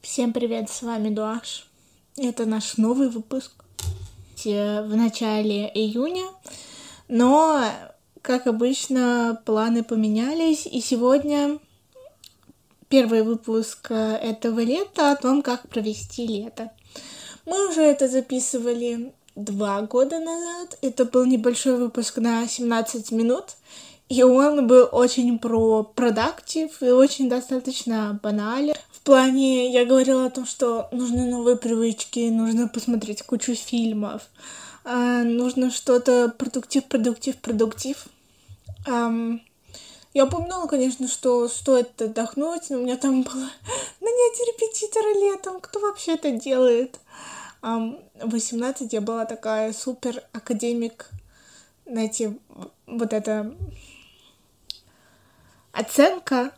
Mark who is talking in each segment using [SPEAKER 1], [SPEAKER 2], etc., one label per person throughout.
[SPEAKER 1] Всем привет, с вами Дуаш. Это наш новый выпуск в начале июня, но, как обычно, планы поменялись, и сегодня первый выпуск этого лета о том, как провести лето. Мы уже это записывали 2 года назад, это был небольшой выпуск на 17 минут, и он был очень про продактив и очень достаточно банален. В плане, я говорила о том, что нужны новые привычки, нужно посмотреть кучу фильмов, нужно что-то продуктив. Я упомянула, конечно, что стоит отдохнуть, но у меня там было нанять репетитора летом, кто вообще это делает? В 18 я была такая супер академик, знаете, вот эта оценка,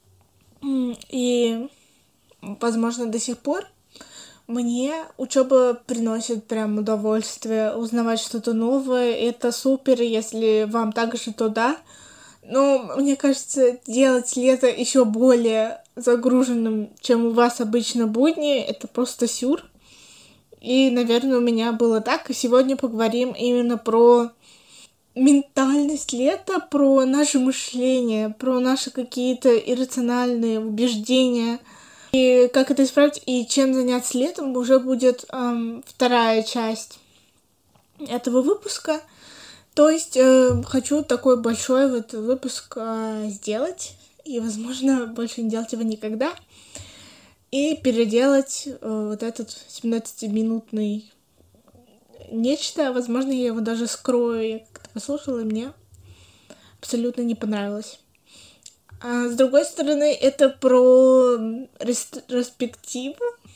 [SPEAKER 1] и, возможно, до сих пор мне учеба приносит прям удовольствие, узнавать что-то новое, и это супер, если вам так же, то да. Но мне кажется, делать лето еще более загруженным, чем у вас обычно будни, это просто сюр. И, наверное, у меня было так, и сегодня поговорим именно про ментальность лета, про наше мышление, про наши какие-то иррациональные убеждения, и как это исправить, и чем заняться летом уже будет вторая часть этого выпуска. То есть хочу такой большой вот выпуск сделать, и, возможно, больше не делать его никогда, и переделать вот этот 17-минутный нечто. Возможно, я его даже скрою. Я как-то послушала, и мне абсолютно не понравилось. А с другой стороны, это про ретроспективу,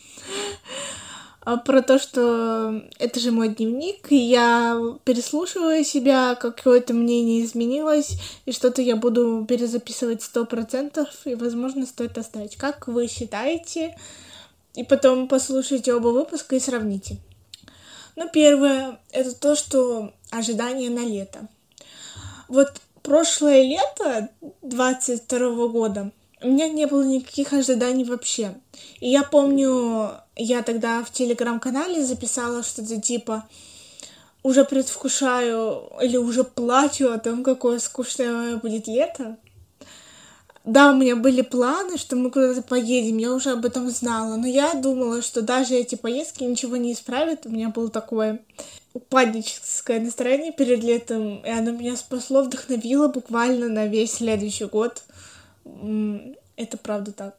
[SPEAKER 1] про то, что это же мой дневник, и я переслушиваю себя, какое-то мнение изменилось, и что-то я буду перезаписывать 100%, и, возможно, стоит оставить. Как вы считаете? И потом послушайте оба выпуска и сравните. Ну, первое, это то, что ожидание на лето. Вот прошлое лето 22 года у меня не было никаких ожиданий вообще. И я помню, я тогда в телеграм-канале записала что-то типа «Уже предвкушаю» или «Уже плачу о том, какое скучное будет лето». Да, у меня были планы, что мы куда-то поедем, я уже об этом знала, но я думала, что даже эти поездки ничего не исправят. У меня было такое упадническое настроение перед летом, и оно меня спасло, вдохновило буквально на весь следующий год. Это правда так.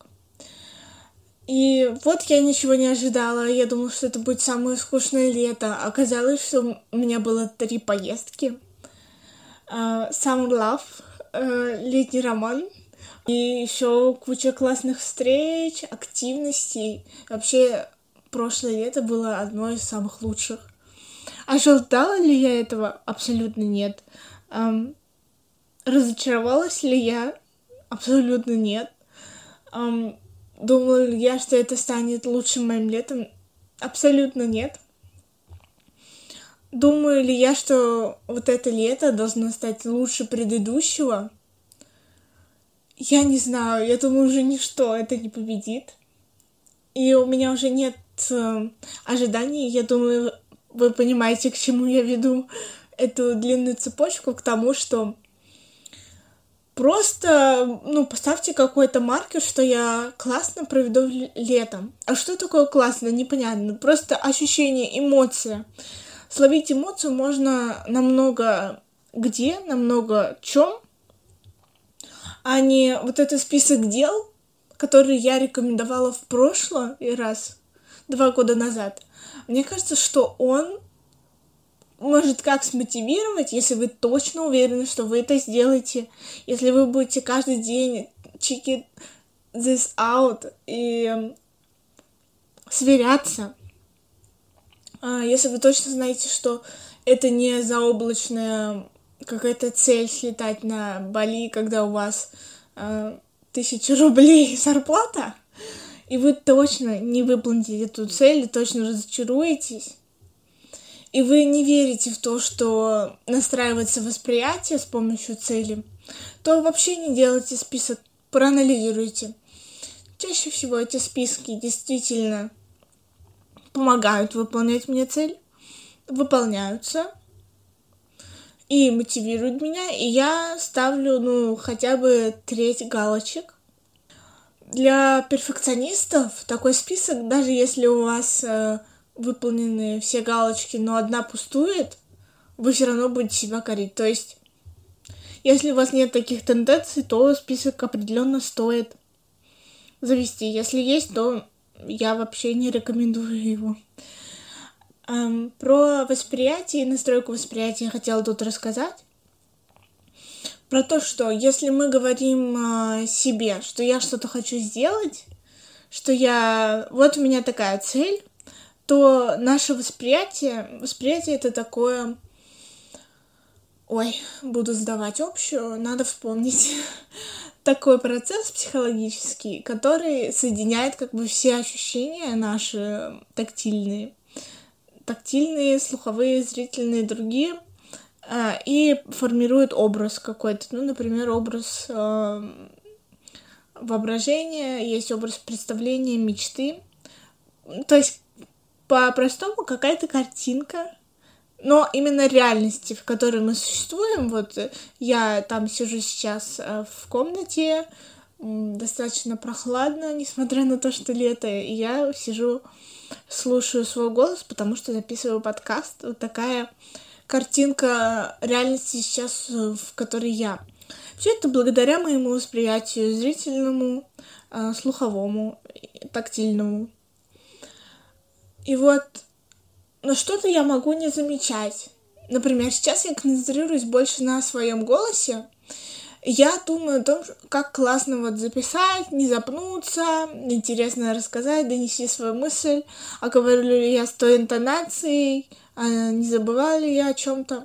[SPEAKER 1] И вот я ничего не ожидала, я думала, что это будет самое скучное лето. Оказалось, что у меня было 3 поездки. Summer Love, летний роман, и еще куча классных встреч, активностей. Вообще, прошлое лето было одно из самых лучших. Ожидала ли я этого? Абсолютно нет. Разочаровалась ли я? Абсолютно нет. Думала ли я, что это станет лучшим моим летом? Абсолютно нет. Думаю ли я, что вот это лето должно стать лучше предыдущего? Я не знаю, я думаю, уже ничто это не победит. И у меня уже нет ожиданий. Я думаю, вы понимаете, к чему я веду эту длинную цепочку, к тому, что просто, поставьте какой-то маркер, что я классно проведу летом. А что такое классно, непонятно. Просто ощущение, эмоция. Словить эмоцию можно намного где, намного чем, а не вот этот список дел, который я рекомендовала в прошлый раз, 2 года назад. Мне кажется, что он может как смотивировать, если вы точно уверены, что вы это сделаете, если вы будете каждый день check it this out и сверяться. Если вы точно знаете, что это не заоблачная какая-то цель слетать на Бали, когда у вас 1000 рублей зарплата, и вы точно не выполните эту цель, и точно разочаруетесь, и вы не верите в то, что настраивается восприятие с помощью цели, то вообще не делайте список, проанализируйте. Чаще всего эти списки действительно помогают выполнять мне цель, выполняются и мотивируют меня, и я ставлю, хотя бы треть галочек. Для перфекционистов такой список, даже если у вас выполнены все галочки, но одна пустует, вы все равно будете себя корить. То есть, если у вас нет таких тенденций, то список определенно стоит завести. Если есть, то я вообще не рекомендую его. Про восприятие и настройку восприятия я хотела тут рассказать. Про то, что если мы говорим себе, что я что-то хочу сделать, что вот у меня такая цель, то наше восприятие это такое... буду сдавать общую, надо вспомнить. Такой процесс психологический, который соединяет все ощущения наши тактильные, слуховые, зрительные, другие, и формирует образ какой-то. Например, образ воображения, есть образ представления, мечты. То есть, по-простому, какая-то картинка, но именно реальности, в которой мы существуем. Вот я там сижу сейчас в комнате, достаточно прохладно, несмотря на то, что лето, и я сижу, слушаю свой голос, потому что записываю подкаст. Вот такая картинка реальности сейчас, в которой я. Все это благодаря моему восприятию зрительному, слуховому, тактильному. И вот, но что-то я могу не замечать. Например, сейчас я концентрируюсь больше на своем голосе. Я думаю о том, как классно записать, не запнуться, интересно рассказать, донести свою мысль, а говорю ли я с той интонацией, не забывала ли я о чем-то.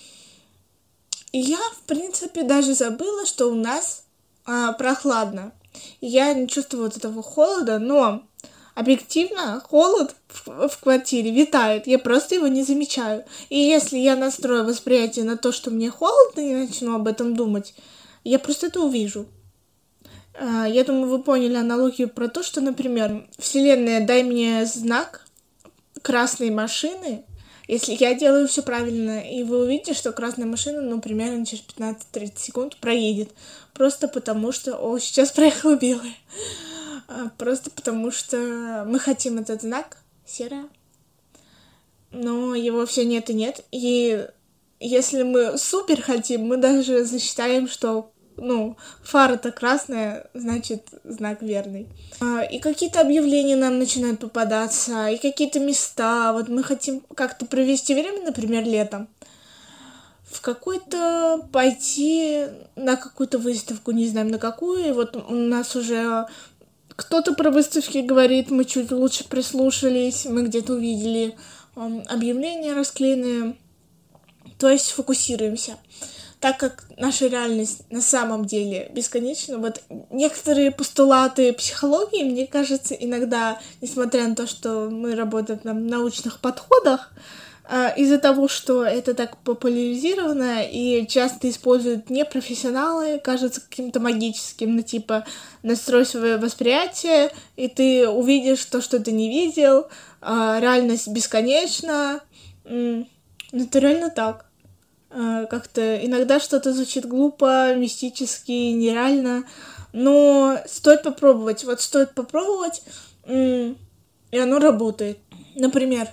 [SPEAKER 1] И я, в принципе, даже забыла, что у нас прохладно. И я не чувствую вот этого холода, но объективно холод в квартире витает, я просто его не замечаю. И если я настрою восприятие на то, что мне холодно, и начну об этом думать, я просто это увижу. Я думаю, вы поняли аналогию про то, что, например, Вселенная, дай мне знак красной машины, если я делаю все правильно, и вы увидите, что красная машина, примерно через 15-30 секунд проедет. Просто потому что... сейчас проехала белая. Просто потому что мы хотим этот знак, серая, но его все нет и нет. И если мы супер хотим, мы даже засчитаем, что фара-то красная, значит, знак верный. И какие-то объявления нам начинают попадаться, и какие-то места. Вот мы хотим как-то провести время, например, летом, в какой-то пойти на какую-то выставку, не знаем на какую, и вот у нас уже кто-то про выставки говорит, мы чуть лучше прислушались, мы где-то увидели объявления расклеенные, то есть фокусируемся. Так как наша реальность на самом деле бесконечна, вот некоторые постулаты психологии, мне кажется, иногда, несмотря на то, что мы работаем на научных подходах, из-за того, что это так популяризировано и часто используют непрофессионалы, кажется каким-то магическим, настрой свое восприятие, и ты увидишь то, что ты не видел, реальность бесконечна. Это реально так. Как-то иногда что-то звучит глупо, мистически, нереально, но стоит попробовать. Вот стоит попробовать, и оно работает. Например,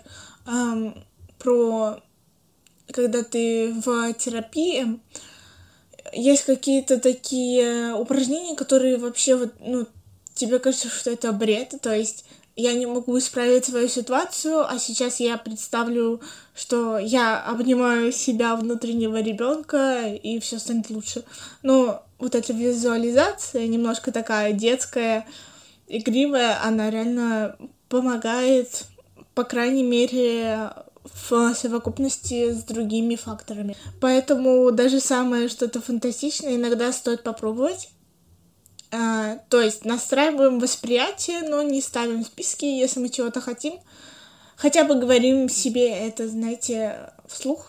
[SPEAKER 1] когда ты в терапии, есть какие-то такие упражнения, которые вообще тебе кажется, что это бред, то есть я не могу исправить свою ситуацию, а сейчас я представлю, что я обнимаю себя, внутреннего ребенка, и все станет лучше. Но вот эта визуализация, немножко такая детская, игривая, она реально помогает, по крайней мере, в совокупности с другими факторами. Поэтому даже самое что-то фантастичное иногда стоит попробовать. То есть настраиваем восприятие, но не ставим списки, если мы чего-то хотим. Хотя бы говорим себе это, знаете, вслух.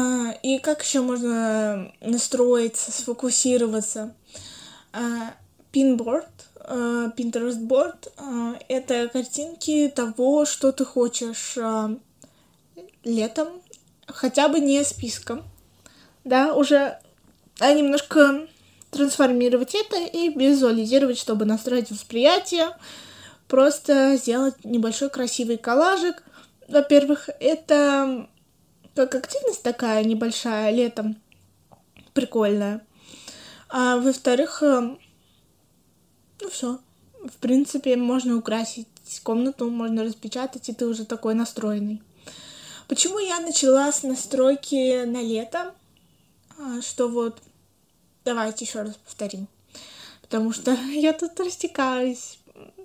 [SPEAKER 1] И как еще можно настроиться, сфокусироваться? Pinboard, Pinterest board — это картинки того, что ты хочешь летом, хотя бы не списком, да, уже немножко трансформировать это и визуализировать, чтобы настроить восприятие, просто сделать небольшой красивый коллажик. Во-первых, это как активность такая небольшая летом, прикольная. А во-вторых, все. В принципе, можно украсить комнату, можно распечатать, и ты уже такой настроенный. Почему я начала с настройки на лето? Что вот... Давайте еще раз повторим. Потому что я тут растекаюсь.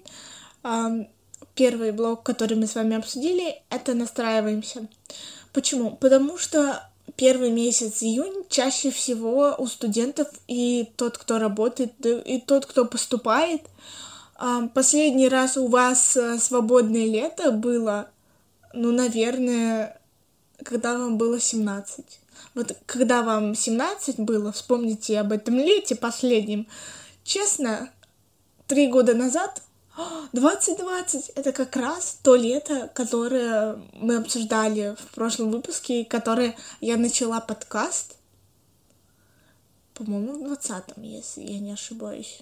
[SPEAKER 1] Первый блок, который мы с вами обсудили, это настраиваемся. Почему? Потому что первый месяц, июнь, чаще всего у студентов и тот, кто работает, и тот, кто поступает, последний раз у вас свободное лето было, наверное, когда вам было 17. Вот когда вам 17 было, вспомните об этом лете последнем. Честно, 3 года назад, 2020, это как раз то лето, которое мы обсуждали в прошлом выпуске, которое я начала подкаст, по-моему, в 20-м, если я не ошибаюсь.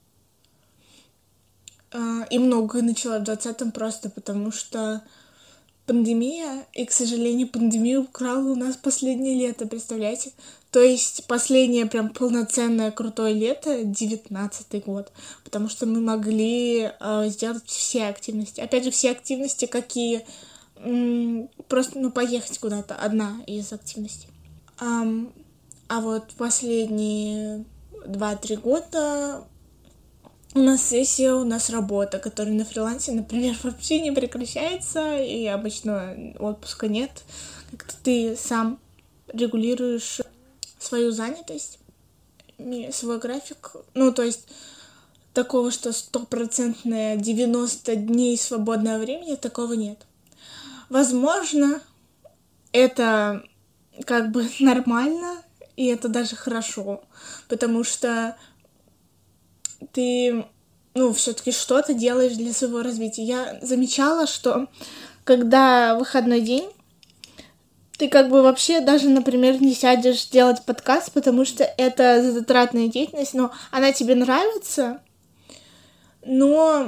[SPEAKER 1] И многое начала в 20-м просто потому, что пандемия, и, к сожалению, пандемия украла у нас последнее лето, представляете? То есть последнее прям полноценное крутое лето, 19-й год, потому что мы могли сделать все активности. Опять же, все активности, какие... просто, поехать куда-то, одна из активностей. А вот последние 2-3 года у нас сессия, у нас работа, которая на фрилансе, например, вообще не прекращается, и обычно отпуска нет. Как-то ты сам регулируешь свою занятость, свой график. То есть такого, что 100% 90 дней свободного времени, такого нет. Возможно, это как бы нормально, и это даже хорошо, потому что ты, все-таки что-то делаешь для своего развития. Я замечала, что когда выходной день, ты как бы вообще даже, например, не сядешь делать подкаст, потому что это затратная деятельность, но она тебе нравится, но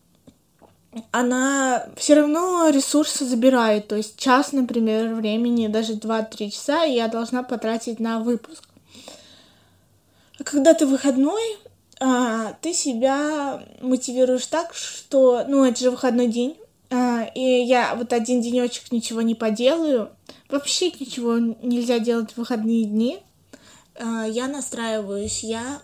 [SPEAKER 1] она все равно ресурсы забирает. То есть час, например, времени, даже 2-3 часа я должна потратить на выпуск. А когда ты выходной, ты себя мотивируешь так, что, это же выходной день, и я вот один денечек ничего не поделаю, вообще ничего нельзя делать в выходные дни, я настраиваюсь, я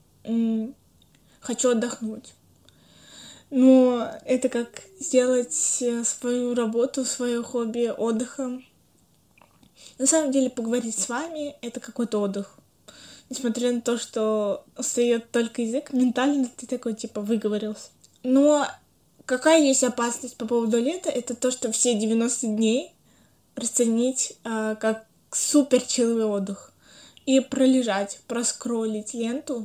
[SPEAKER 1] хочу отдохнуть. Но это как сделать свою работу, свое хобби отдыхом. На самом деле, поговорить с вами — это какой-то отдых. Несмотря на то, что устает только язык, ментально ты такой, выговорился. Но какая есть опасность по поводу лета? Это то, что все 90 дней расценить как супер чиловый отдых. И пролежать, проскроллить ленту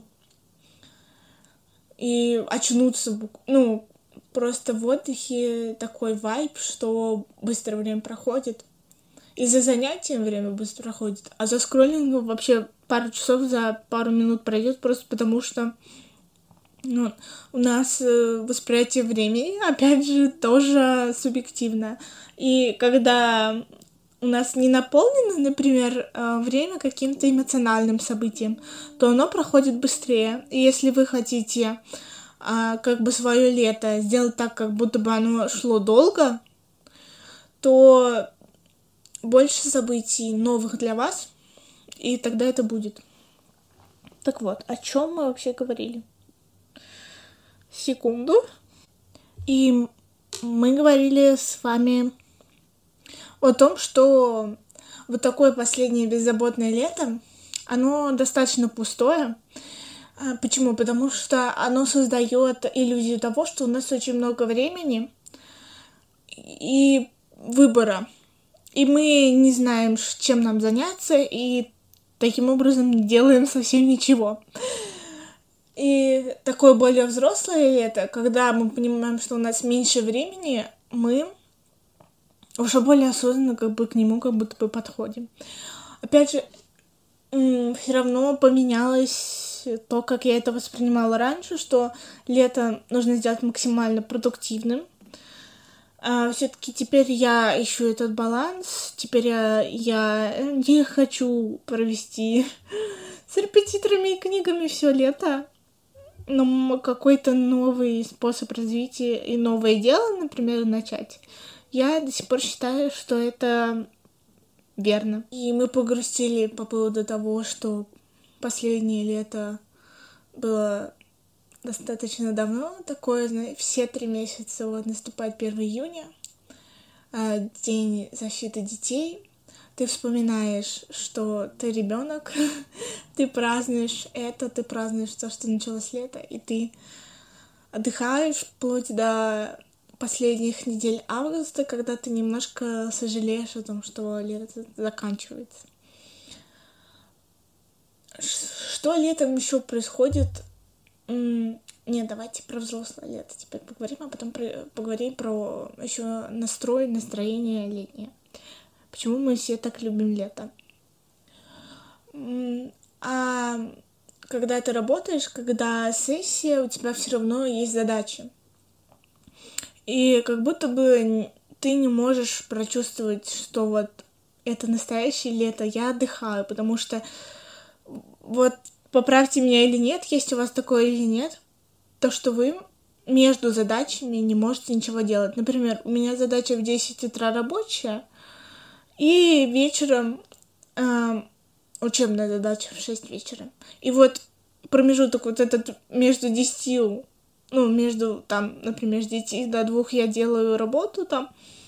[SPEAKER 1] и очнуться, просто в отдыхе такой вайб, что быстро время проходит. И за занятием время быстро проходит, а за скроллингом вообще пару часов за пару минут пройдет, просто потому что у нас восприятие времени, опять же, тоже субъективно. И когда у нас не наполнено, например, время каким-то эмоциональным событием, то оно проходит быстрее. И если вы хотите свое лето сделать так, как будто бы оно шло долго, то больше событий новых для вас, и тогда это будет. Так вот, о чем мы вообще говорили? Секунду. И мы говорили с вами о том, что вот такое последнее беззаботное лето, оно достаточно пустое. Почему? Потому что оно создает иллюзию того, что у нас очень много времени и выбора. И мы не знаем, чем нам заняться, и таким образом не делаем совсем ничего. И такое более взрослое лето, когда мы понимаем, что у нас меньше времени, мы уже более осознанно как бы к нему как будто бы подходим. Опять же, все равно поменялось то, как я это воспринимала раньше, что лето нужно сделать максимально продуктивным. Все-таки теперь я ищу этот баланс. Теперь я не хочу провести с репетиторами и книгами все лето. Но какой-то новый способ развития и новое дело, например, начать. Я до сих пор считаю, что это верно. И мы погрустили по поводу того, что последнее лето было достаточно давно. Такое, знаете, все 3 месяца вот наступает 1 июня, День защиты детей. Ты вспоминаешь, что ты ребенок, ты празднуешь это, ты празднуешь то, что началось лето, и ты отдыхаешь вплоть до последних недель августа, когда ты немножко сожалеешь о том, что лето заканчивается. Что летом еще происходит? Нет, давайте про взрослое лето теперь поговорим, а потом поговорим про еще настроение летнее. Почему мы все так любим лето? А когда ты работаешь, когда сессия, у тебя все равно есть задачи. И как будто бы ты не можешь прочувствовать, что вот это настоящее лето, я отдыхаю, потому что вот поправьте меня или нет, есть у вас такое или нет, то, что вы между задачами не можете ничего делать. Например, у меня задача в 10 утра рабочая, и вечером учебная задача в 6 вечера. И вот промежуток вот этот между 10, между, там, например, с 10 до 2 я делаю работу, там,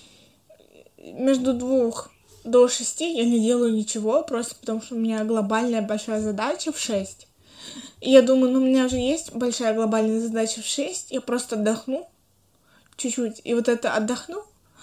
[SPEAKER 1] между 2 до 6 я не делаю ничего, просто потому что у меня глобальная большая задача в 6. И я думаю, у меня же есть большая глобальная задача в 6, я просто отдохну чуть-чуть. И вот это отдохну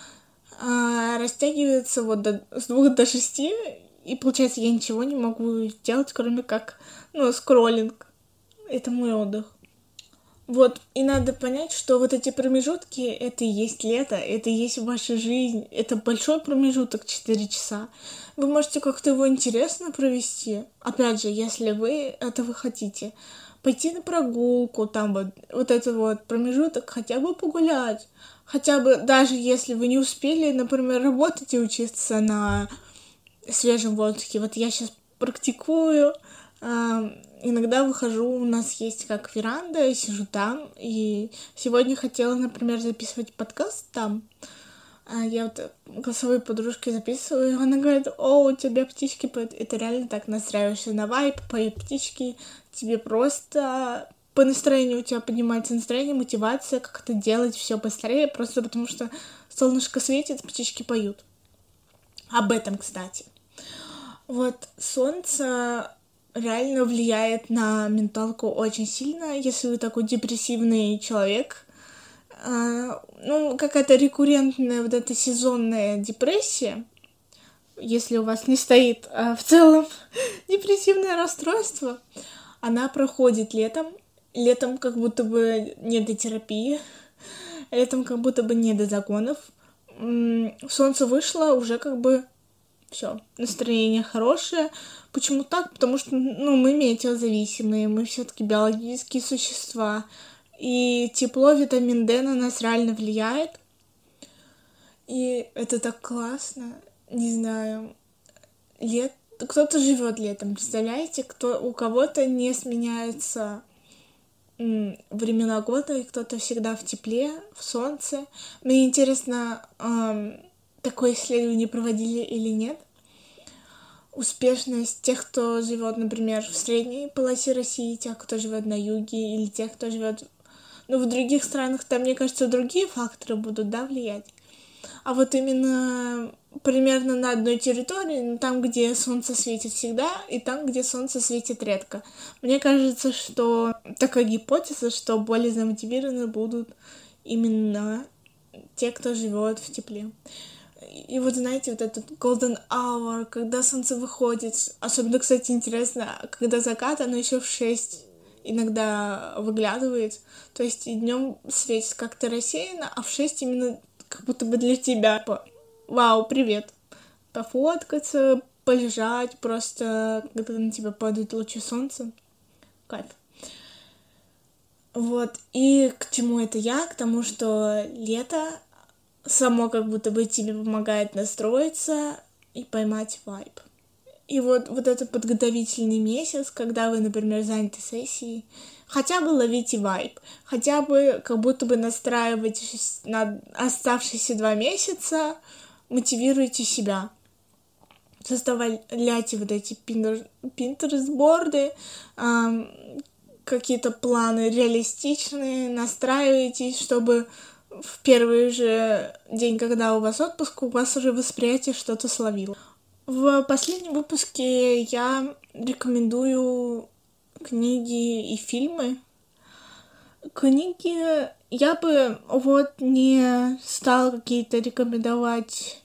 [SPEAKER 1] растягивается вот с 2 до 6, и получается, я ничего не могу сделать, кроме как, скроллинг. Это мой отдых. Вот, и надо понять, что вот эти промежутки, это и есть лето, это и есть ваша жизнь, это большой промежуток, 4 часа. Вы можете как-то его интересно провести, опять же, если вы этого хотите. Пойти на прогулку, там вот этот вот промежуток, хотя бы погулять. Хотя бы, даже если вы не успели, например, работать и учиться на свежем воздухе. Вот я сейчас практикую, иногда выхожу, у нас есть как веранда, я сижу там, и сегодня хотела, например, записывать подкаст там. Я вот голосовой подружке записываю, и она говорит: о, у тебя птички поют. Это реально так, настраиваешься на вайб, поют птички, тебе просто по настроению у тебя поднимается настроение, мотивация как-то делать все быстрее, просто потому что солнышко светит, птички поют. Об этом, кстати. Вот солнце реально влияет на менталку очень сильно, если вы такой депрессивный человек. Какая-то рекуррентная вот эта сезонная депрессия, если у вас не стоит в целом депрессивное расстройство, она проходит летом. Летом как будто бы не до терапии, летом как будто бы не до загонов. Солнце вышло, уже как бы все, настроение хорошее. Почему так? Потому что, мы метеозависимые, мы все-таки биологические существа. И тепло, витамин D на нас реально влияет. И это так классно. Не знаю. Кто-то живет летом, представляете? У кого-то не сменяются времена года, и кто-то всегда в тепле, в солнце. Мне интересно, такое исследование проводили или нет. Успешность тех, кто живет, например, в средней полосе России, тех, кто живет на юге, или тех, кто живет в других странах, там, мне кажется, другие факторы будут, влиять. А вот именно примерно на одной территории, там, где солнце светит всегда, и там, где солнце светит редко. Мне кажется, что такая гипотеза, что более замотивированы будут именно те, кто живет в тепле. И вот знаете, вот этот golden hour, когда солнце выходит, особенно, кстати, интересно, когда закат, оно еще в 6 иногда выглядывает. То есть днем светит как-то рассеянно, а в 6 именно как будто бы для тебя. Вау, привет. Пофоткаться, полежать просто, когда на тебя падают лучи солнца. Кайф. Вот. И к чему это я? К тому, что лето само как будто бы тебе помогает настроиться и поймать вайб. И вот этот подготовительный месяц, когда вы, например, заняты сессией, хотя бы ловите вайб, хотя бы как будто бы настраивайтесь на оставшиеся 2 месяца, мотивируйте себя. Составляйте вот эти Pinterest-борды, какие-то планы реалистичные, настраивайтесь, чтобы в первый же день, когда у вас отпуск, у вас уже восприятие что-то словило. В последнем выпуске я рекомендую книги и фильмы. Книги я бы не стала какие-то рекомендовать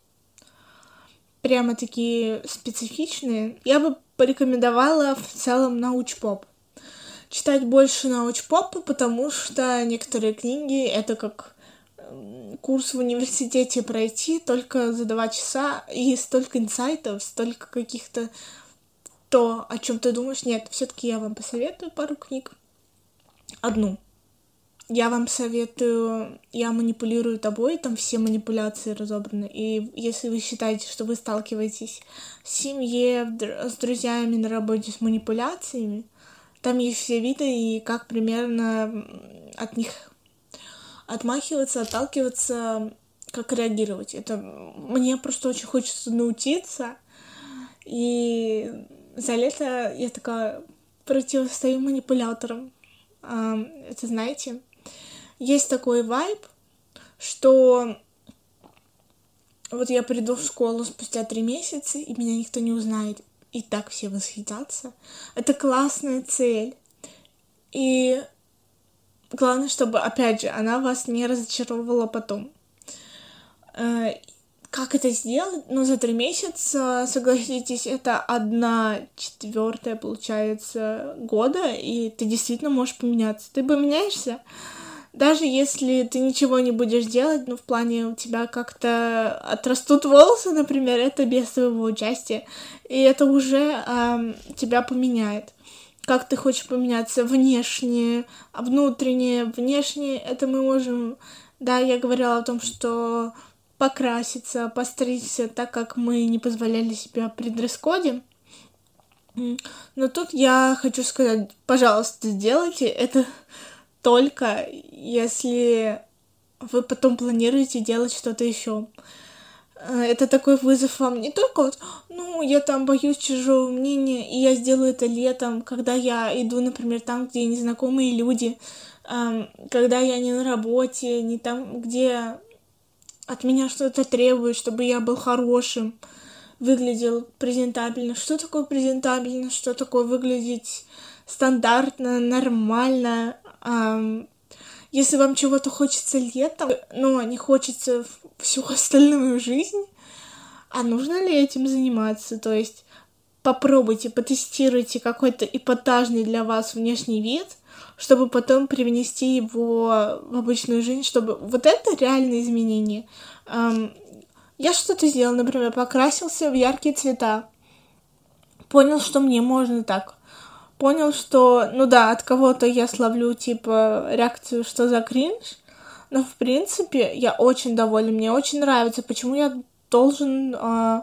[SPEAKER 1] прямо такие специфичные. Я бы порекомендовала в целом научпоп. Читать больше научпопа, потому что некоторые книги — это как курс в университете пройти, только за 2 часа, и столько инсайтов, столько каких-то то, о чем ты думаешь. Нет, все-таки я вам посоветую пару книг. Одну. Я вам советую «Я манипулирую тобой», там все манипуляции разобраны. И если вы считаете, что вы сталкиваетесь в семье, с друзьями, на работе с манипуляциями, там есть все виды и как примерно от них отмахиваться, отталкиваться, как реагировать. Это мне просто очень хочется научиться. И за лето я такая противостою манипуляторам. Это, знаете, есть такой вайб, что вот я приду в школу спустя 3 месяца, и меня никто не узнает. И так все восхитятся. Это классная цель. И главное, чтобы, опять же, она вас не разочаровывала потом. Как это сделать? За 3 месяца, согласитесь, это 1/4, получается, года, и ты действительно можешь поменяться. Ты поменяешься, даже если ты ничего не будешь делать, в плане у тебя как-то отрастут волосы, например, это без твоего участия, и это уже тебя поменяет. Как ты хочешь поменяться внешне, внутренне, внешне, это мы можем... Да, я говорила о том, что покраситься, постричься, так как мы не позволяли себе при дресс-коде. Но тут я хочу сказать, пожалуйста, сделайте это только если вы потом планируете делать что-то еще. Это такой вызов вам не только я там боюсь чужого мнения, и я сделаю это летом, когда я иду, например, там, где незнакомые люди, когда я не на работе, не там, где от меня что-то требует, чтобы я был хорошим, выглядел презентабельно. Что такое презентабельно? Что такое выглядеть стандартно, нормально? Если вам чего-то хочется летом, но не хочется всю остальную жизнь, а нужно ли этим заниматься? То есть попробуйте, потестируйте какой-то эпатажный для вас внешний вид, чтобы потом привнести его в обычную жизнь, чтобы вот это реальные изменения. Я что-то сделал, например, покрасился в яркие цвета, понял, что мне можно так, понял, что, от кого-то я словлю, реакцию, что за кринж, но, в принципе, я очень довольна, мне очень нравится, почему я должен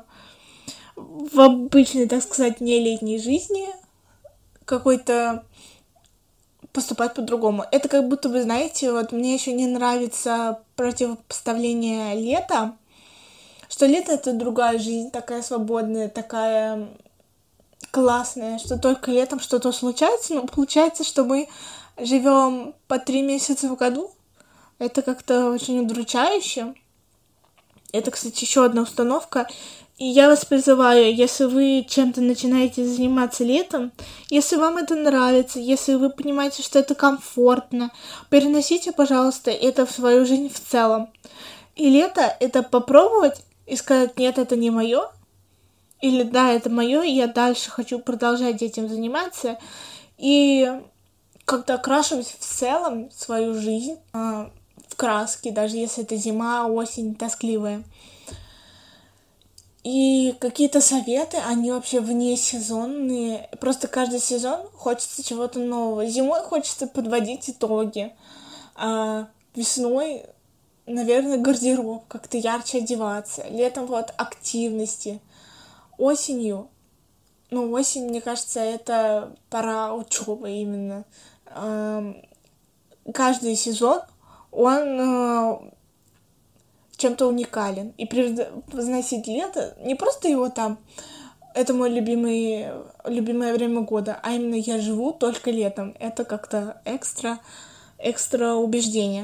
[SPEAKER 1] в обычной, так сказать, не летней жизни какой-то поступать по-другому. Это как будто бы, знаете, мне еще не нравится противопоставление лета, что лето — это другая жизнь, такая свободная, такая классная, что только летом что-то случается, но получается, что мы живем по 3 месяца в году. Это как-то очень удручающе. Это, кстати, еще одна установка. И я вас призываю, если вы чем-то начинаете заниматься летом, если вам это нравится, если вы понимаете, что это комфортно, переносите, пожалуйста, это в свою жизнь в целом. И лето — это попробовать и сказать: нет, это не мое, или да, это мое, и я дальше хочу продолжать этим заниматься. И как-то окрашивать в целом свою жизнь в краски, даже если это зима, осень тоскливая. И какие-то советы, они вообще вне сезонные. Просто каждый сезон хочется чего-то нового. Зимой хочется подводить итоги. А весной, наверное, гардероб, как-то ярче одеваться. Летом вот активности. Осенью, осень, мне кажется, это пора учебы именно. Каждый сезон, он чем-то уникален. И превозносить лето, не просто его там, это мое любимое время года, а именно я живу только летом. Это как-то экстра убеждение.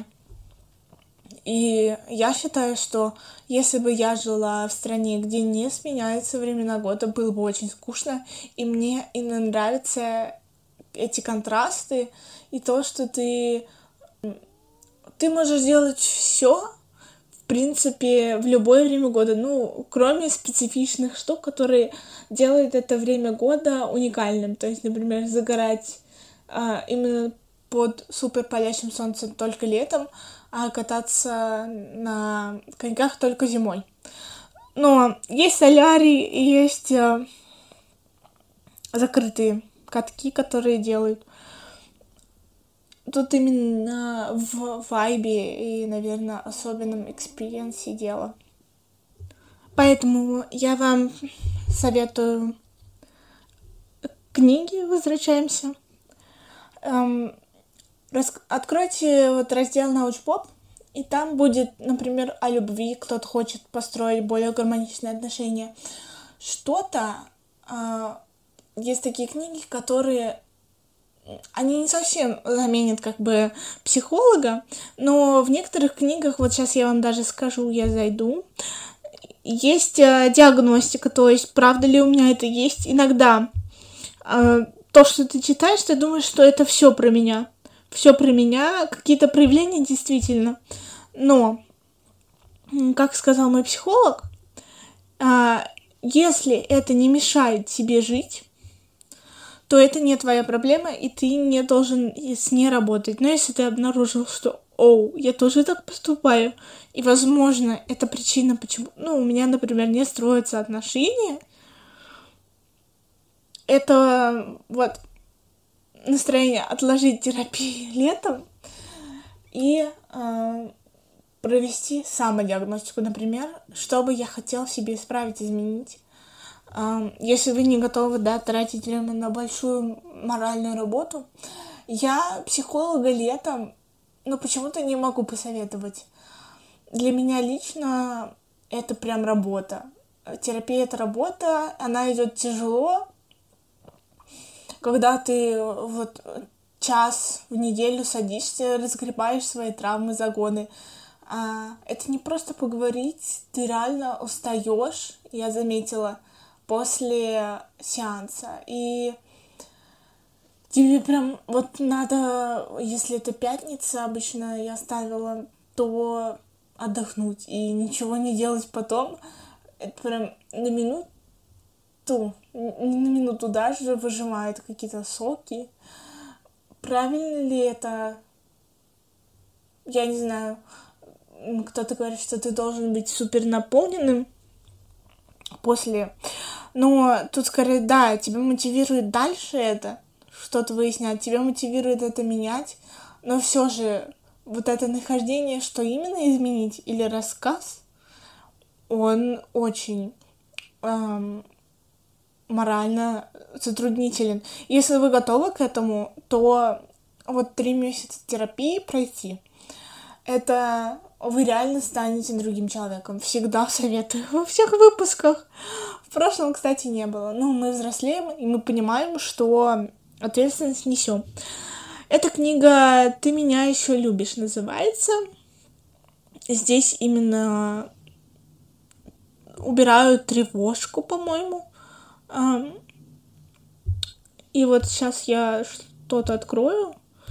[SPEAKER 1] И я считаю, что если бы я жила в стране, где не сменяются времена года, было бы очень скучно. И мне именно нравятся эти контрасты и то, что ты можешь делать все, в принципе, в любое время года, кроме специфичных штук, которые делают это время года уникальным. То есть, например, загорать именно под супер палящим солнцем только летом, а кататься на коньках только зимой. Но есть солярий и есть закрытые катки, которые делают. Тут именно в вайбе и, наверное, особенном экспириенсе дело. Поэтому я вам советую книги, возвращаемся. Откройте вот раздел «Научпоп», и там будет, например, о любви, кто-то хочет построить более гармоничные отношения. Есть такие книги, которые... Они не совсем заменят психолога, но в некоторых книгах, вот сейчас я вам даже скажу, я зайду, есть диагностика, то есть правда ли у меня это есть. Иногда то, что ты читаешь, ты думаешь, что это все про меня, какие-то проявления действительно. Но, как сказал мой психолог, если это не мешает тебе жить, то это не твоя проблема, и ты не должен с ней работать. Но если ты обнаружил, что я тоже так поступаю, и, возможно, это причина, почему... у меня, например, не строятся отношения, это вот настроение отложить терапию летом и провести самодиагностику, например, что бы я хотел в себе исправить, изменить. Если вы не готовы, тратить время на большую моральную работу, я психолога летом, почему-то не могу посоветовать. Для меня лично это прям работа. Терапия — это работа, она идет тяжело, когда ты вот час в неделю садишься, разгребаешь свои травмы, загоны. Это не просто поговорить, ты реально устаешь, я заметила, после сеанса. И тебе прям вот надо, если это пятница, обычно я ставила, то отдохнуть и ничего не делать потом. Это прям на минуту даже выжимает какие-то соки. Правильно ли это? Я не знаю. Кто-то говорит, что ты должен быть супер наполненным после. Но тут скорее, тебя мотивирует дальше это, что-то выяснять, тебя мотивирует это менять, но все же вот это нахождение, что именно изменить, или рассказ, он очень морально затруднителен. Если вы готовы к этому, то вот 3 месяца терапии пройти, это вы реально станете другим человеком. Всегда советую во всех выпусках. В прошлом, кстати, не было. Мы взрослеем, и мы понимаем, что ответственность несем. Эта книга «Ты меня еще любишь» называется. Здесь именно убирают тревожку, по-моему. И вот сейчас я что-то открою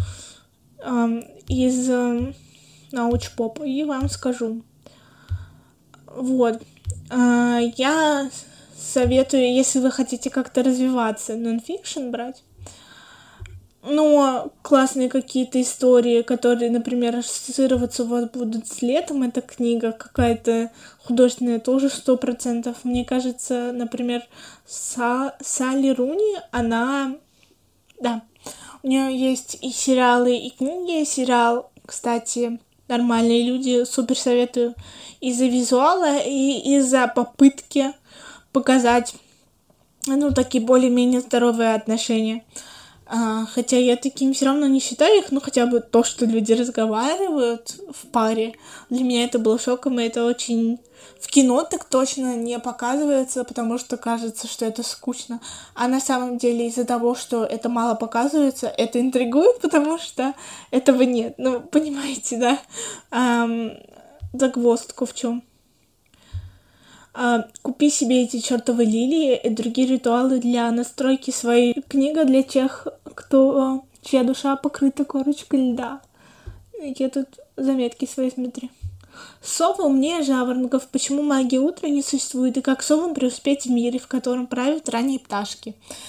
[SPEAKER 1] из научпопа и вам скажу. Вот. Я советую, если вы хотите как-то развиваться, нонфикшн брать. Но классные какие-то истории, которые, например, ассоциироваться у вас будут с летом, эта книга какая-то художественная, тоже 100%. Мне кажется, например, Салли Руни, она... Да, у нее есть и сериалы, и книги. Сериал, кстати, «Нормальные люди», супер советую из-за визуала и из-за попытки показать, ну, такие более-менее здоровые отношения. Хотя я таким все равно не считаю их, ну, хотя бы то, что люди разговаривают в паре. Для меня это было шоком, и это очень... В кино так точно не показывается, потому что кажется, что это скучно. А на самом деле из-за того, что это мало показывается, это интригует, потому что этого нет. Ну, понимаете, да? Загвоздку в чем? Купи себе эти чертовы лилии и другие ритуалы для настройки своей. Книга для тех, чья душа покрыта корочкой льда. Я тут заметки свои смотрю. Совы умнее жаворонков. Почему магии утра не существует? И как совам преуспеть в мире, в котором правят ранние пташки?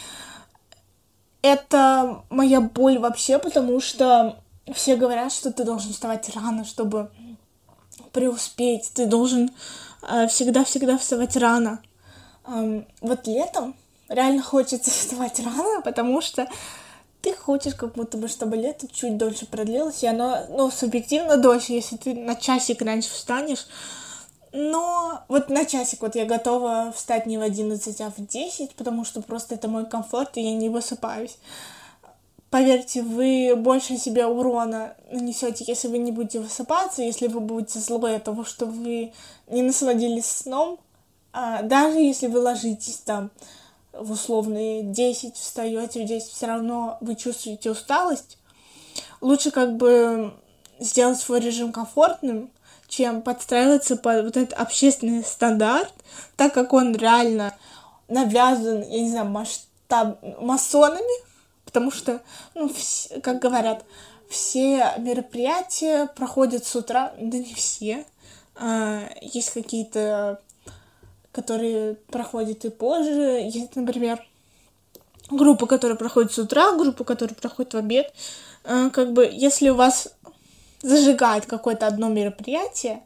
[SPEAKER 1] Это моя боль вообще, потому что все говорят, что ты должен вставать рано, чтобы преуспеть. Ты должен всегда-всегда вставать рано. Вот летом реально хочется вставать рано, потому что ты хочешь как будто бы, чтобы лето чуть дольше продлилось, и оно, ну, субъективно дольше, если ты на часик раньше встанешь. Но вот на часик вот я готова встать не в 11, а в 10, потому что просто это мой комфорт, и я не высыпаюсь. Поверьте, вы больше себе урона нанесете, если вы не будете высыпаться, если вы будете злой от того, что вы не насладились сном. Даже если вы ложитесь там в условные 10, встаете в 10, все равно вы чувствуете усталость. Лучше как бы сделать свой режим комфортным, чем подстраиваться под вот этот общественный стандарт, так как он реально навязан, я не знаю, масонами. Потому что, ну, как говорят, все мероприятия проходят с утра, да не все. Есть какие-то, которые проходят и позже. Есть, например, группа, которая проходит с утра, группа, которая проходит в обед. Как бы, если у вас зажигает какое-то одно мероприятие,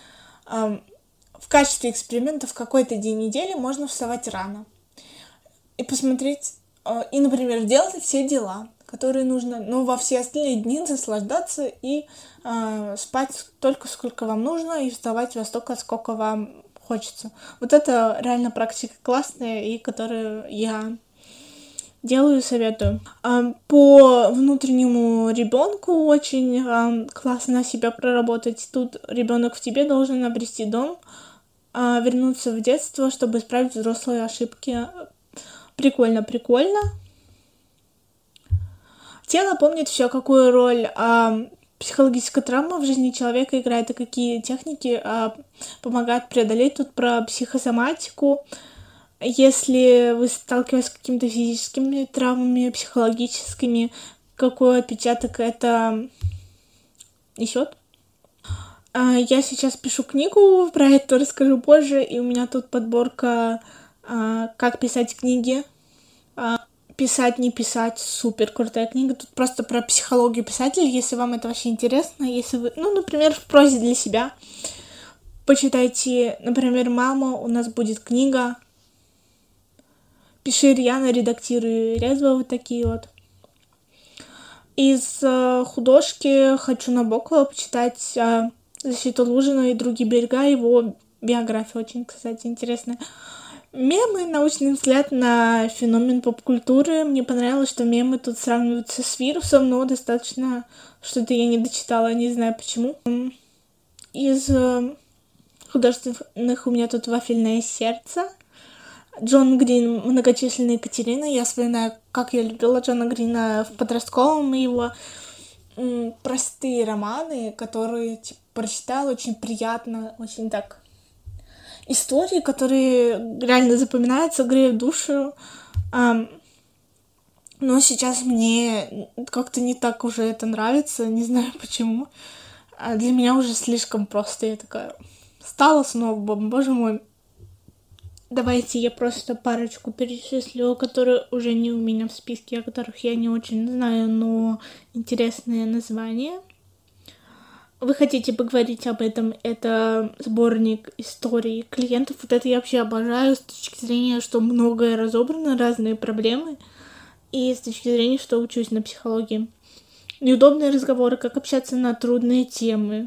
[SPEAKER 1] в качестве эксперимента в какой-то день недели можно вставать рано и посмотреть. И, например, делать все дела, которые нужно, но во все остальные дни наслаждаться и спать столько, сколько вам нужно, и вставать во столько, сколько вам хочется. Вот это реально практика классная, и которую я делаю, советую. По внутреннему ребенку очень классно себя проработать. Тут ребенок в тебе должен обрести дом, вернуться в детство, чтобы исправить взрослые ошибки. Прикольно. Тело помнит все, какую роль психологическая травма в жизни человека играет и какие техники помогают преодолеть. Тут про психосоматику. Если вы сталкиваетесь с какими-то физическими травмами, психологическими, какой отпечаток это несет? Я сейчас пишу книгу, про это расскажу позже, и у меня тут подборка «Как писать книги». «Писать, не писать» — супер крутая книга. Тут просто про психологию писателя, если вам это вообще интересно. Если вы, ну, например, в прозе для себя, почитайте, например, «Мама, у нас будет книга». «Пиши рьяно, редактируй резво», вот такие вот. Из художки хочу Набокова почитать «Защиту Лужина» и «Другие берега». Его биография очень, кстати, интересная. Мемы, научный взгляд на феномен поп-культуры. Мне понравилось, что мемы тут сравниваются с вирусом, но достаточно что-то я не дочитала, не знаю почему. Из художественных у меня тут «Вафельное сердце». Джон Грин, «Многочисленные Екатерины». Я вспоминаю, как я любила Джона Грина в подростковом, и его простые романы, которые прочитала, очень приятно, очень так. Истории, которые реально запоминаются, греют душу. Но сейчас мне как-то не так уже это нравится, не знаю почему. Для меня уже слишком просто. Я такая стала снова, боже мой. Давайте я просто парочку перечислю, которые уже не у меня в списке, о которых я не очень знаю, но интересные названия. Вы хотите поговорить об этом? Это сборник историй клиентов. Вот это я вообще обожаю с точки зрения, что многое разобрано, разные проблемы. И с точки зрения, что учусь на психологии. Неудобные разговоры, как общаться на трудные темы.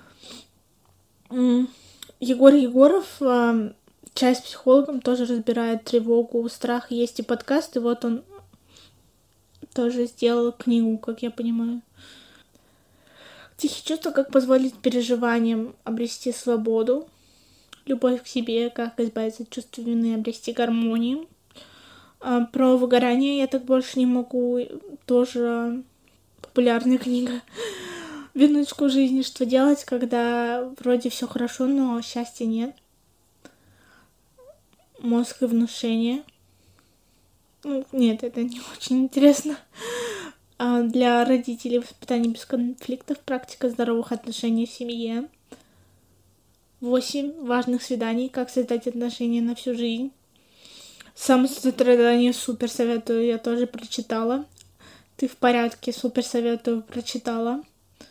[SPEAKER 1] Егор Егоров, «Чай с психологом», тоже разбирает тревогу, страх. Есть и подкаст, и вот он тоже сделал книгу, как я понимаю. «Тихие чувства. Как позволить переживаниям обрести свободу». «Любовь к себе. Как избавиться от чувства вины и обрести гармонию». Про выгорание «Я так больше не могу». Тоже популярная книга. «Вернуть к жизни. Что делать, когда вроде все хорошо, но счастья нет». «Мозг и внушение». Нет, это не очень интересно. Для родителей воспитание без конфликтов, практика здоровых отношений в семье. 8 важных свиданий, как создать отношения на всю жизнь. Самосострадание, супер советую, я тоже прочитала. Ты в порядке, супер советую, прочитала.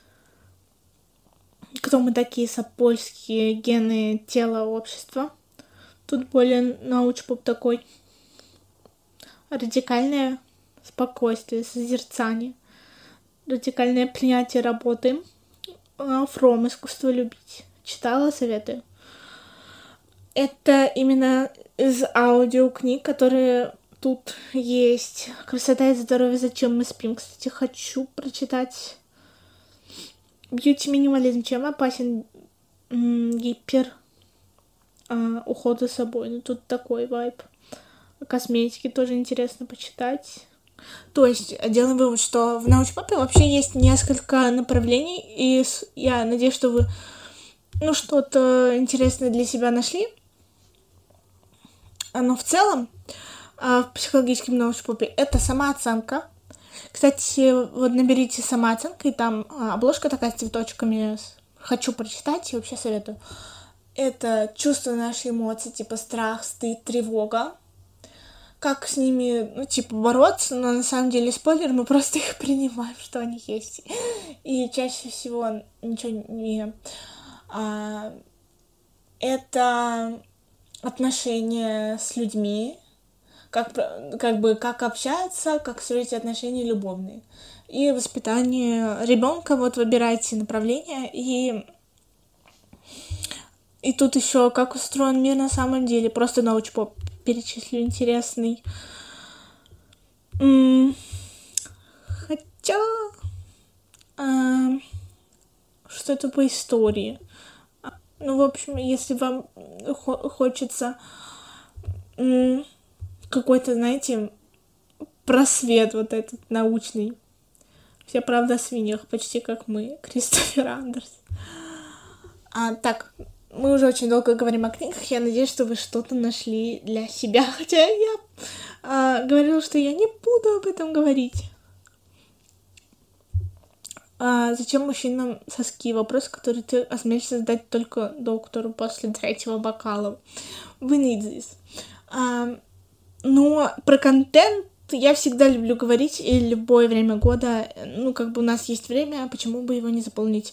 [SPEAKER 1] Кто мы такие, Сапольские, гены, тело, общество. Тут более научпоп такой. Радикальное спокойствие, созерцание. Радикальное принятие работы. Фром, искусство любить. Читала, советую. Это именно из аудиокниг, которые тут есть. «Красота и здоровье. Зачем мы спим». Кстати, хочу прочитать. «Бьюти-минимализм. Чем опасен гипер уход за собой». Ну, тут такой вайб. Косметики тоже интересно почитать. То есть делаем вывод, что в научпопе вообще есть несколько направлений, и я надеюсь, что вы что-то интересное для себя нашли. Но в целом в психологическом научпопе это самооценка. Кстати, вот наберите «самооценка», и там обложка такая с цветочками. Хочу прочитать и вообще советую. Это чувства, наши эмоции, типа страх, стыд, тревога. Как с ними, бороться, но на самом деле спойлер, мы просто их принимаем, что они есть. И чаще всего ничего не... Это отношения с людьми, как общаться, как строить отношения любовные. И воспитание ребенка, вот выбирайте направление, и тут еще как устроен мир на самом деле, просто научпоп перечислю интересный. Хотя что-то по истории. В общем, если вам хочется какой-то, знаете, просвет вот этот научный. Вся правда о свиньях, почти как мы, Кристофер Андерс. Так, мы уже очень долго говорим о книгах. Я надеюсь, что вы что-то нашли для себя. Хотя я говорила, что я не буду об этом говорить. Зачем мужчинам соски? Вопрос, который ты осмелишься задать только доктору после 3-го бокала. We need this. Но про контент я всегда люблю говорить, и любое время года, у нас есть время, почему бы его не заполнить.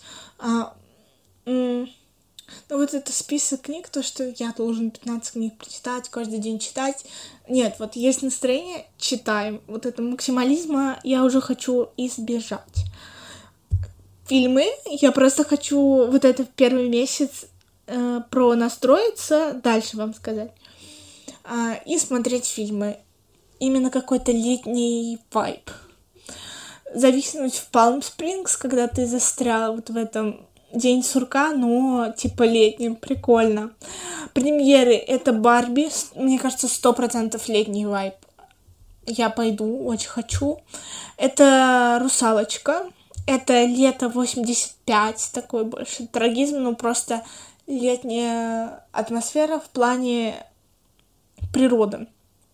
[SPEAKER 1] Вот это список книг, то, что я должен 15 книг прочитать, каждый день читать. Нет, вот есть настроение, читаем. Вот это максимализма я уже хочу избежать. Фильмы, я просто хочу вот это в первый месяц настроиться, дальше вам сказать, и смотреть фильмы. Именно какой-то летний вайб. Зависнуть в Палм Спрингс, когда ты застрял вот в этом день сурка, но летним, прикольно. Премьеры — это Барби, мне кажется, 100% летний вайб. Я пойду, очень хочу. Это Русалочка. Это Лето 85, такой больше трагизм, но просто летняя атмосфера в плане природы.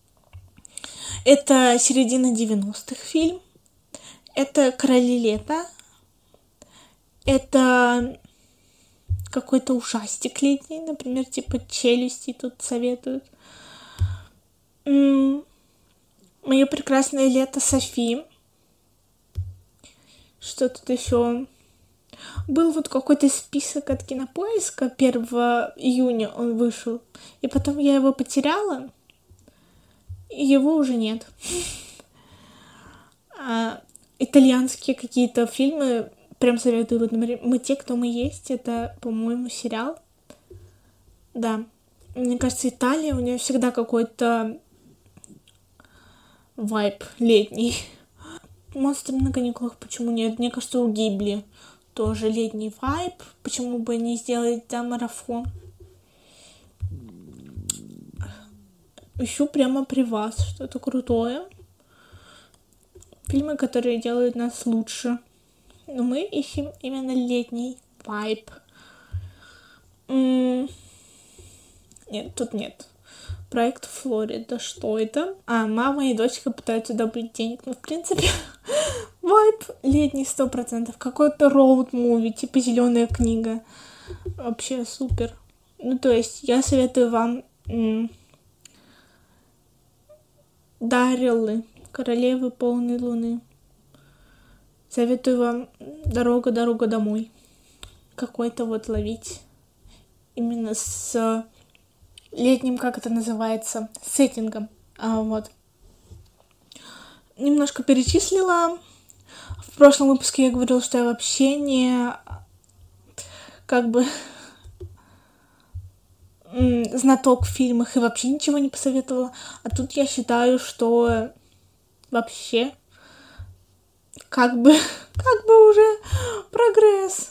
[SPEAKER 1] Это середина 90-х фильм. Это Короли лета. Это какой-то ужастик летний, например, типа «Челюсти» тут советуют. «Мое прекрасное лето» Софи. Что тут еще? Был вот какой-то список от Кинопоиска, 1 июня он вышел, и потом я его потеряла, и его уже нет. Итальянские какие-то фильмы прям советую. Вот, например, «Мы те, кто мы есть», это, по-моему, сериал. Да. Мне кажется, Италия, у нее всегда какой-то вайб летний. «Монстры на каникулах» почему нет? Мне кажется, у Гибли тоже летний вайб. Почему бы не сделать, да, марафон? Ищу прямо при вас что-то крутое. Фильмы, которые делают нас лучше. Но мы ищем именно летний вайб. Нет, тут нет. «Проект Флорида». Что это? Мама и дочка пытаются добыть денег. Ну, в принципе, вайб летний 100%. Какой-то роуд-муви, типа «Зеленая книга». Вообще супер. Ну, то есть, я советую вам «Дарреллы», «Королевы полной луны». Советую вам «Дорога домой». Какой-то вот ловить. Именно с летним, как это называется, сеттингом. Вот. Немножко перечислила. В прошлом выпуске я говорила, что я вообще не знаток в фильмах и вообще ничего не посоветовала. А тут я считаю, что вообще как бы уже прогресс.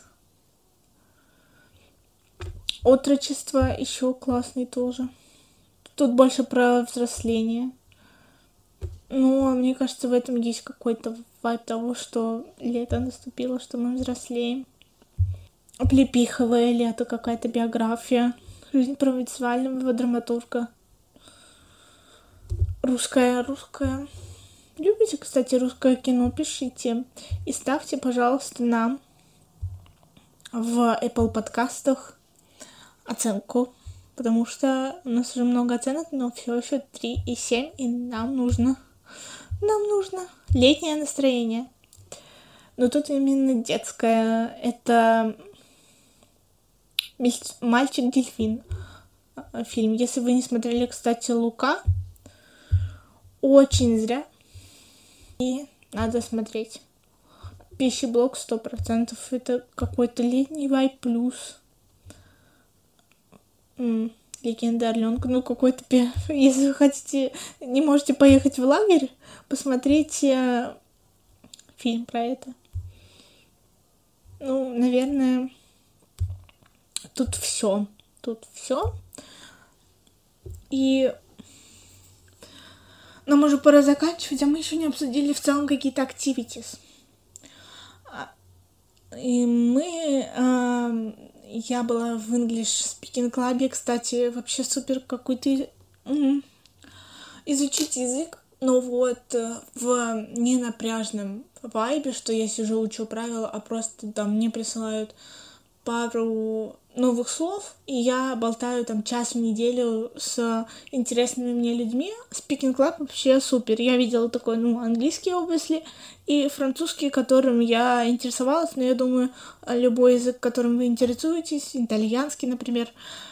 [SPEAKER 1] «Отрочество» еще классный тоже. Тут больше про взросление. Но мне кажется, в этом есть какой-то вайб того, что лето наступило, что мы взрослеем. «Облепиховое лето», какая-то биография. «Жизнь провинциального драматурга». Русская. Любите, кстати, русское кино? Пишите. И ставьте, пожалуйста, нам в Apple подкастах оценку, потому что у нас уже много оценок, но все еще 3,7, и нам нужно летнее настроение. Но тут именно детское. Это «Мальчик-дельфин» фильм. Если вы не смотрели, кстати, «Лука», очень зря. И надо смотреть. «Пищеблок» 100%. Это какой-то летний вайб плюс. «Легенда Орленка». Ну, какой-то... Если вы хотите, не можете поехать в лагерь, посмотрите фильм про это. Ну, наверное, тут все. И нам уже пора заканчивать, а мы еще не обсудили в целом какие-то activities. И я была в English Speaking Club, кстати, вообще супер какой-то изучить язык, но вот в ненапряжном вайбе, что я сижу, учу правила, а просто там мне присылают пару новых слов, и я болтаю там час в неделю с интересными мне людьми. Speaking Club вообще супер. Я видела такой, английский obviously, и французский, которым я интересовалась, но я думаю, любой язык, которым вы интересуетесь, итальянский, например,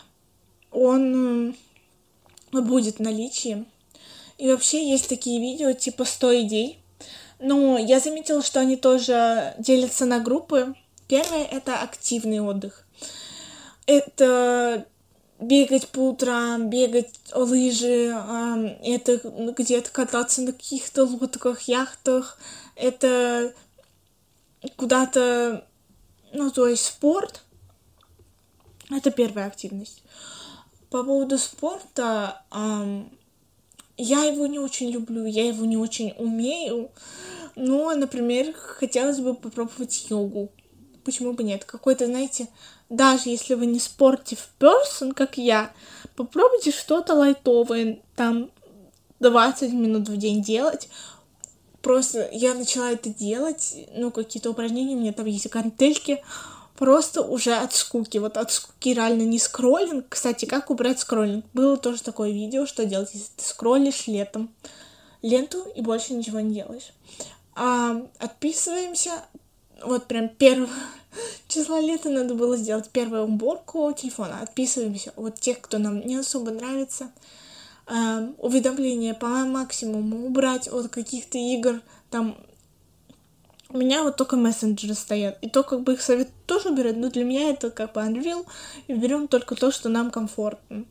[SPEAKER 1] он будет в наличии. И вообще есть такие видео, типа 100 идей. Но я заметила, что они тоже делятся на группы. Первое — это активный отдых. Это бегать по утрам, бегать лыжи, это где-то кататься на каких-то лодках, яхтах, это куда-то, то есть спорт. Это первая активность. По поводу спорта, я его не очень люблю, я его не очень умею, но, например, хотелось бы попробовать йогу. Почему бы нет? Какой-то, знаете, даже если вы не sportive person, как я, попробуйте что-то лайтовое, там 20 минут в день делать. Просто я начала это делать, какие-то упражнения, у меня там есть гантельки. просто уже от скуки. Вот от скуки реально не скроллинг. Кстати, как убрать скроллинг? Было тоже такое видео, что делать, если ты скроллишь ленту и больше ничего не делаешь. Отписываемся. Вот прям 1 числа лета надо было сделать первую уборку телефона. Отписываемся от тех, кто нам не особо нравится. Уведомления по максимуму убрать от каких-то игр. Там у меня вот только мессенджеры стоят. И то, как бы их совет тоже убирать, но для меня это как бы Unreal. И берем только то, что нам комфортно.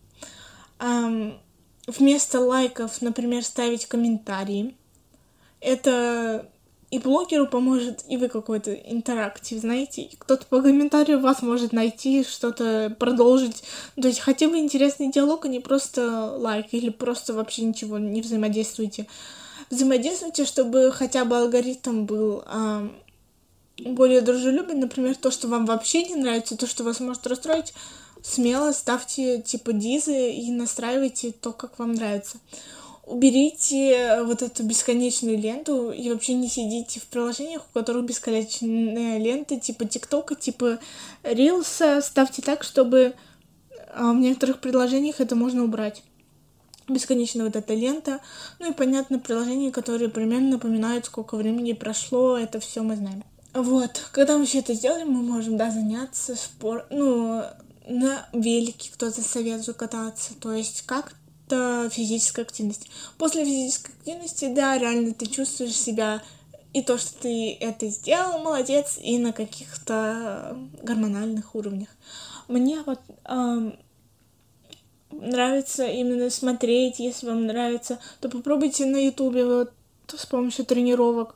[SPEAKER 1] Вместо лайков, например, ставить комментарии. Это и блогеру поможет, и вы какой-то интерактив, знаете. Кто-то по комментарию вас может найти, что-то продолжить. То есть хотя бы интересный диалог, а не просто лайк, или просто вообще ничего не взаимодействуйте. Взаимодействуйте, чтобы хотя бы алгоритм был более дружелюбен. Например, то, что вам вообще не нравится, то, что вас может расстроить, смело ставьте типа дизы и настраивайте то, как вам нравится. Уберите вот эту бесконечную ленту и вообще не сидите в приложениях, у которых бесконечная лента, типа ТикТока, типа Рилса. Ставьте так, чтобы в некоторых приложениях это можно убрать. Бесконечная вот эта лента. Ну и, понятно, приложения, которые примерно напоминают, сколько времени прошло, это все мы знаем. Вот, когда мы все это сделали, мы можем, заняться на велике кто-то советует кататься, то есть как-то физическая активность. После физической активности, реально ты чувствуешь себя и то, что ты это сделал, молодец, и на каких-то гормональных уровнях. Мне вот нравится именно смотреть, если вам нравится, то попробуйте на ютубе вот с помощью тренировок.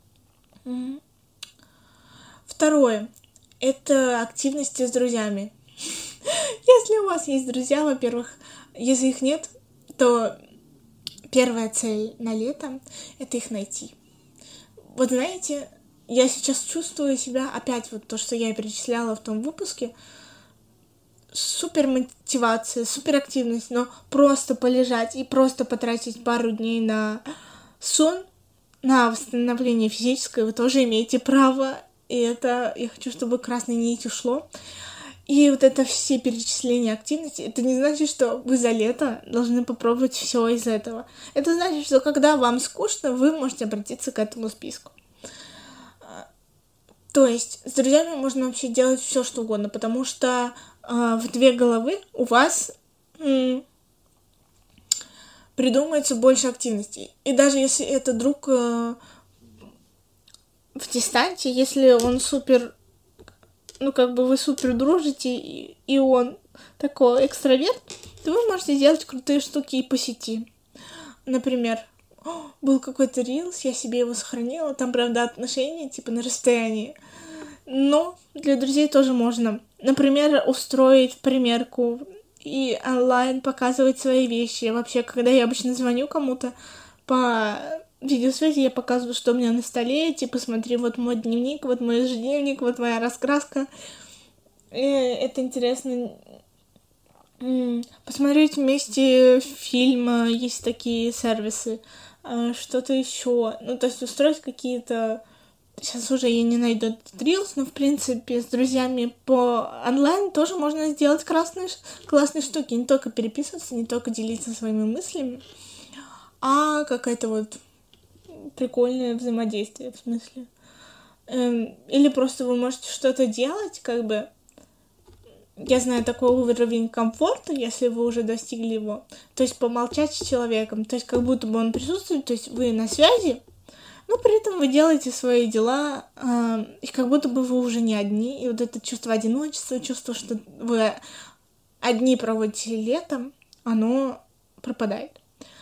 [SPEAKER 1] Второе. Это активности с друзьями. Если у вас есть друзья, во-первых, если их нет, то первая цель на лето — это их найти. Вот знаете, я сейчас чувствую себя опять вот то, что я перечисляла в том выпуске. Супер мотивация, супер активность, но просто полежать и просто потратить пару дней на сон, на восстановление физическое вы тоже имеете право. И это я хочу, чтобы красной нитью шло. И вот это все перечисления активностей, это не значит, что вы за лето должны попробовать все из этого. Это значит, что когда вам скучно, вы можете обратиться к этому списку. То есть с друзьями можно вообще делать все, что угодно, потому что в 2 головы у вас придумается больше активностей. И даже если это друг в дистанции, если он супер, вы супер дружите, и он такой экстраверт, то вы можете делать крутые штуки и по сети. Например, был какой-то рилс, я себе его сохранила, там, правда, отношения типа на расстоянии, но для друзей тоже можно. Например, устроить примерку и онлайн показывать свои вещи. Вообще, когда я обычно звоню кому-то по видеосвязи, я показываю, что у меня на столе, типа, смотри, вот мой дневник, вот мой ежедневник, вот моя раскраска. И это интересно. Посмотреть вместе фильм, есть такие сервисы, что-то еще. То есть устроить какие-то... Сейчас уже я не найду этот рилс, но, в принципе, с друзьями по онлайн тоже можно сделать классные штуки. Не только переписываться, не только делиться своими мыслями, а какое-то вот прикольное взаимодействие, в смысле. Или просто вы можете что-то делать, я знаю такой уровень комфорта, если вы уже достигли его, то есть помолчать с человеком, то есть как будто бы он присутствует, то есть вы на связи, но при этом вы делаете свои дела, и как будто бы вы уже не одни, и вот это чувство одиночества, чувство, что вы одни проводите летом, оно пропадает.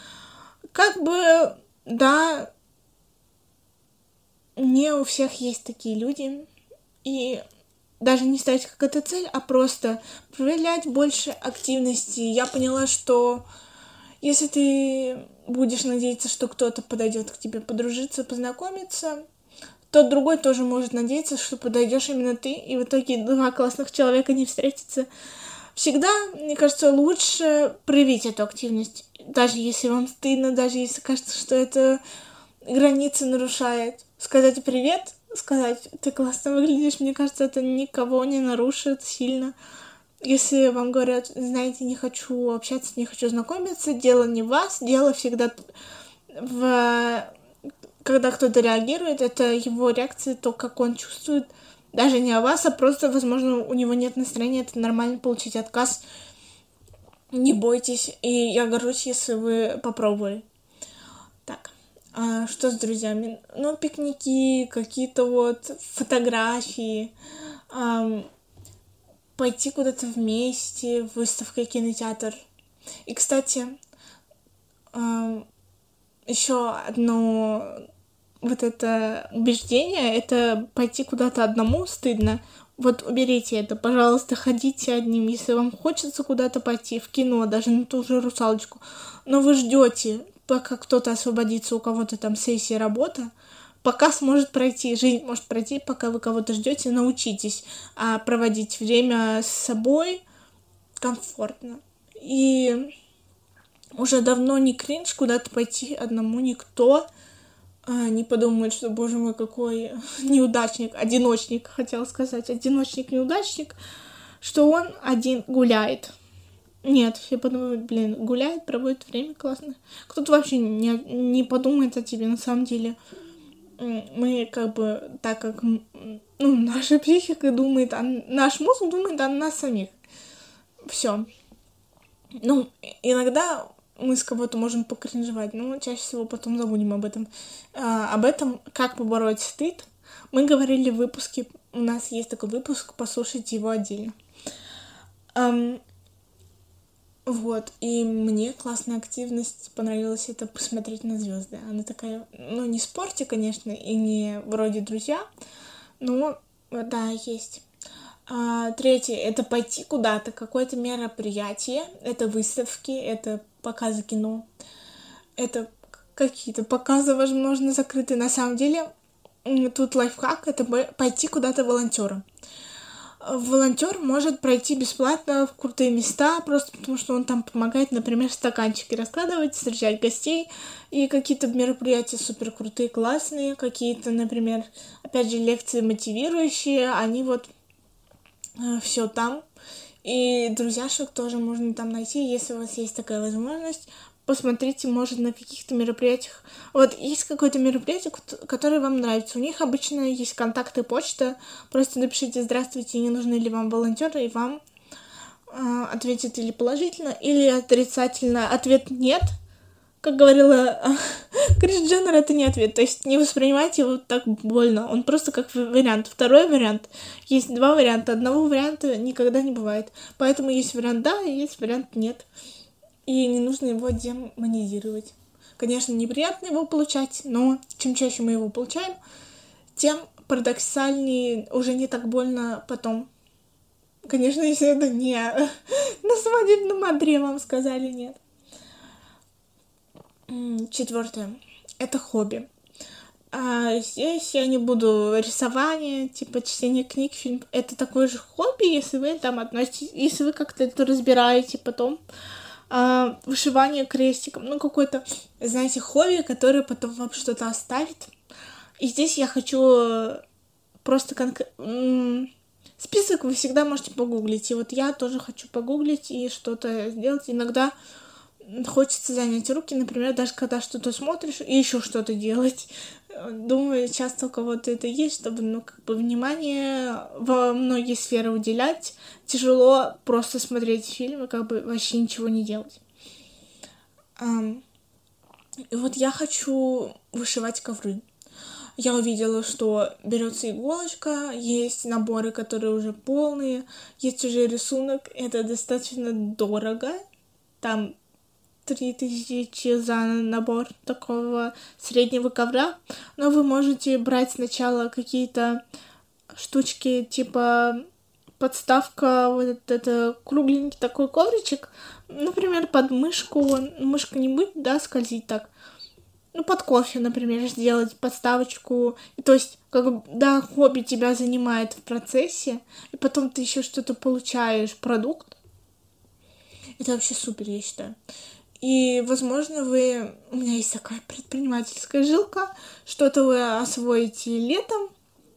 [SPEAKER 1] Не у всех есть такие люди, и даже не ставить как это цель, а просто проявлять больше активности. Я поняла, что если ты будешь надеяться, что кто-то подойдет к тебе подружиться, познакомиться, то другой тоже может надеяться, что подойдешь именно ты, и в итоге 2 классных человека не встретятся. Всегда, мне кажется, лучше проявить эту активность, даже если вам стыдно, даже если кажется, что это границы нарушает. Сказать привет сказать: ты классно выглядишь, мне кажется, это никого не нарушит сильно. Если вам говорят: знаете, не хочу общаться, не хочу знакомиться, дело не в вас, дело всегда в... Когда кто-то реагирует, это его реакция, то, как он чувствует, даже не о вас, а просто, возможно, у него нет настроения, это нормально получить отказ. Не бойтесь, и я горжусь, если вы попробовали. Так, а что с друзьями? Ну, пикники, какие-то вот фотографии, пойти куда-то вместе, выставка, кинотеатр. И, кстати, еще одно вот это убеждение, это пойти куда-то одному стыдно. Вот уберите это, пожалуйста, ходите одним, если вам хочется куда-то пойти, в кино, даже на ту же «Русалочку». Но вы ждете, пока кто-то освободится, у кого-то там сессия, работа, пока сможет пройти, жизнь может пройти, пока вы кого-то ждете, научитесь проводить время с собой комфортно. И уже давно не кринж куда-то пойти одному, никто не подумает, что, боже мой, какой неудачник, одиночник, хотела сказать, одиночник-неудачник, что он один гуляет. Нет, все подумают: блин, гуляет, проводит время классно. Кто-то вообще не подумает о тебе, на самом деле. Мы как бы, так как, наша психика думает, наш мозг думает о нас самих. Все. Иногда мы с кого-то можем покринжевать, но чаще всего потом забудем об этом. Об этом, как побороть стыд, мы говорили в выпуске. У нас есть такой выпуск, послушайте его отдельно. Вот, и мне классная активность понравилась, это посмотреть на звезды. Она такая, не в спорте, конечно, и не вроде друзья, но да, есть. Третье — это пойти куда-то, какое-то мероприятие, это выставки, это показы кино, это какие-то показы, возможно, закрытые. На самом деле, тут лайфхак — это пойти куда-то волонтером. Волонтер может пройти бесплатно в крутые места, просто потому что он там помогает, например, стаканчики раскладывать, встречать гостей, и какие-то мероприятия супер крутые, классные, какие-то, например, опять же, лекции мотивирующие, они вот все там. И друзьяшек тоже можно там найти, если у вас есть такая возможность. Посмотрите, может, на каких-то мероприятиях. Вот есть какое-то мероприятие, которое вам нравится. У них обычно есть контакты, почта. Просто напишите: здравствуйте, не нужны ли вам волонтеры, и вам ответят или положительно, или отрицательно. Ответ нет. Как говорила Крис Дженнер, это не ответ. То есть не воспринимайте его так больно. Он просто как вариант. Второй вариант. Есть два варианта. Одного варианта никогда не бывает. Поэтому есть вариант да, и есть вариант нет. И не нужно его демонизировать. Конечно, неприятно его получать, но чем чаще мы его получаем, тем парадоксальнее, уже не так больно потом. Конечно, если это не на свадебном одре вам сказали нет. Четвертое. Это хобби. Здесь я не буду рисование, типа чтение книг, фильм. Это такое же хобби, если вы там относитесь, если вы как-то это разбираете потом. Вышивание крестиком, какое-то, знаете, хобби, которое потом вам что-то оставит. И здесь я хочу просто список вы всегда можете погуглить. И вот я тоже хочу погуглить и что-то сделать. Иногда хочется занять руки, например, даже когда что-то смотришь, и еще что-то делать. Думаю, часто у кого-то это есть, чтобы, внимание во многие сферы уделять. Тяжело просто смотреть фильмы, вообще ничего не делать. И вот я хочу вышивать ковры. Я увидела, что берется иголочка, есть наборы, которые уже полные, есть уже рисунок, это достаточно дорого. Там 3000 за набор такого среднего ковра, но вы можете брать сначала какие-то штучки, типа подставка, вот это кругленький такой ковричек, например, под мышку, мышка не будет, скользить так, под кофе, например, сделать подставочку, то есть, хобби тебя занимает в процессе, и потом ты еще что-то получаешь, продукт, это вообще супер, я считаю. И, возможно, у меня есть такая предпринимательская жилка, что-то вы освоите летом,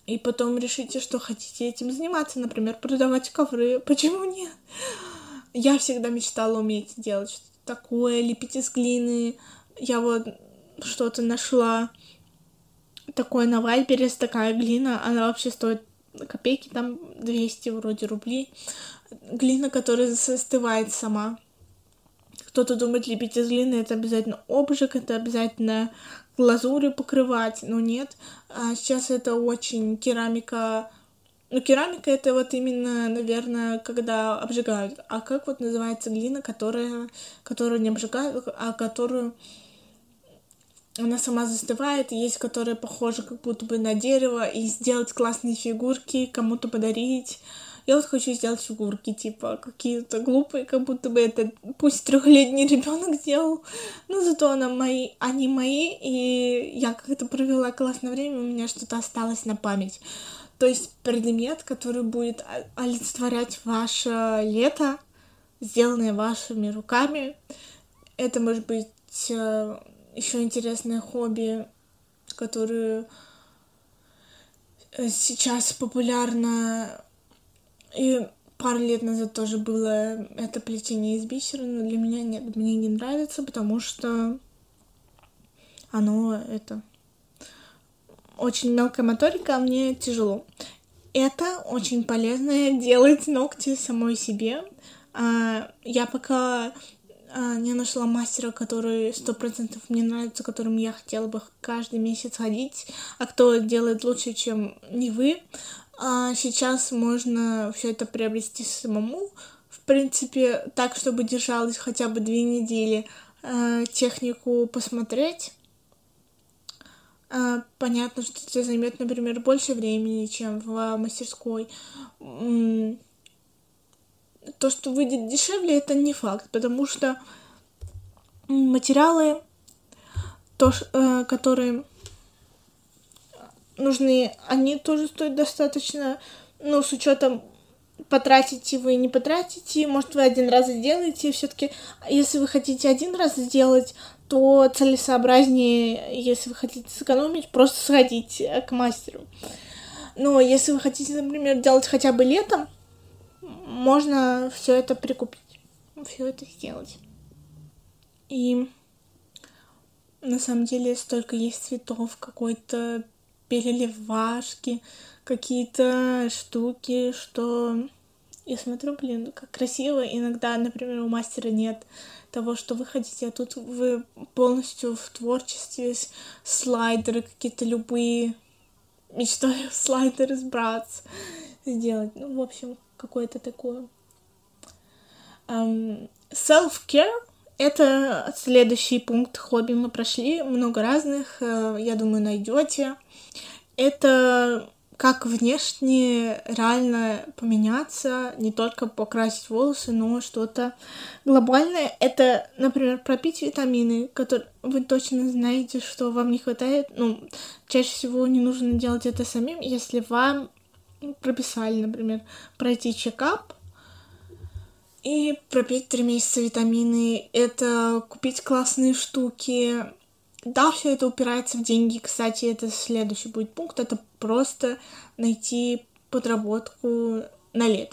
[SPEAKER 1] и потом решите, что хотите этим заниматься, например, продавать ковры. Почему нет? Я всегда мечтала уметь делать что-то такое, лепить из глины. Я вот что-то нашла такое на Вайбере, такая глина, она вообще стоит копейки, там 200 вроде рублей. Глина, которая застывает сама. Кто-то думает, лепить из глины это обязательно обжиг, это обязательно глазурью покрывать, но нет. Сейчас это очень керамика. Ну, керамика это вот именно, наверное, когда обжигают. А как вот называется глина, которую не обжигают, а которую она сама застывает, есть, которая похожа как будто бы на дерево, и сделать классные фигурки, кому-то подарить. Я вот хочу сделать фигурки, типа, какие-то глупые, как будто бы это пусть 3-летний ребенок сделал, но зато они мои, и я как-то провела классное время, у меня что-то осталось на память. То есть предмет, который будет олицетворять ваше лето, сделанное вашими руками. Это может быть еще интересное хобби, которое сейчас популярно, и пару лет назад тоже было это плетение из бисера, но для меня нет, мне не нравится, потому что оно это очень мелкая моторика, а мне тяжело. Это очень полезно делать ногти самой себе. Я пока не нашла мастера, который 100% мне нравится, которым я хотела бы каждый месяц ходить, а кто делает лучше, чем не вы. Сейчас можно все это приобрести самому, в принципе, так, чтобы держалось хотя бы 2 недели, технику посмотреть. Понятно, что это займет, например, больше времени, чем в мастерской. То, что выйдет дешевле, это не факт, потому что материалы, которые нужны, они тоже стоят достаточно, ну, с учетом потратите вы, не потратите, может, вы один раз сделаете, все-таки, если вы хотите один раз сделать, то целесообразнее, если вы хотите сэкономить, просто сходить к мастеру. Но если вы хотите, например, делать хотя бы летом, можно все это прикупить, все это сделать. И на самом деле столько есть цветов, какой-то переливашки, какие-то штуки, что я смотрю, блин, как красиво. Иногда, например, у мастера нет того, что вы хотите, а тут вы полностью в творчестве, слайдеры какие-то любые. Мечтаю слайдеры сбраться, сделать. Ну, в общем, какое-то такое. Self-care — это следующий пункт хобби. Мы прошли много разных, я думаю, найдете. Это как внешне реально поменяться, не только покрасить волосы, но что-то глобальное. Это, например, пропить витамины, которые вы точно знаете, что вам не хватает. Ну, чаще всего не нужно делать это самим, если вам прописали, например, пройти чекап и пропить 3 месяца витамины. Это купить классные штуки. Да, все это упирается в деньги. Кстати, это следующий будет пункт. Это просто найти подработку на лето.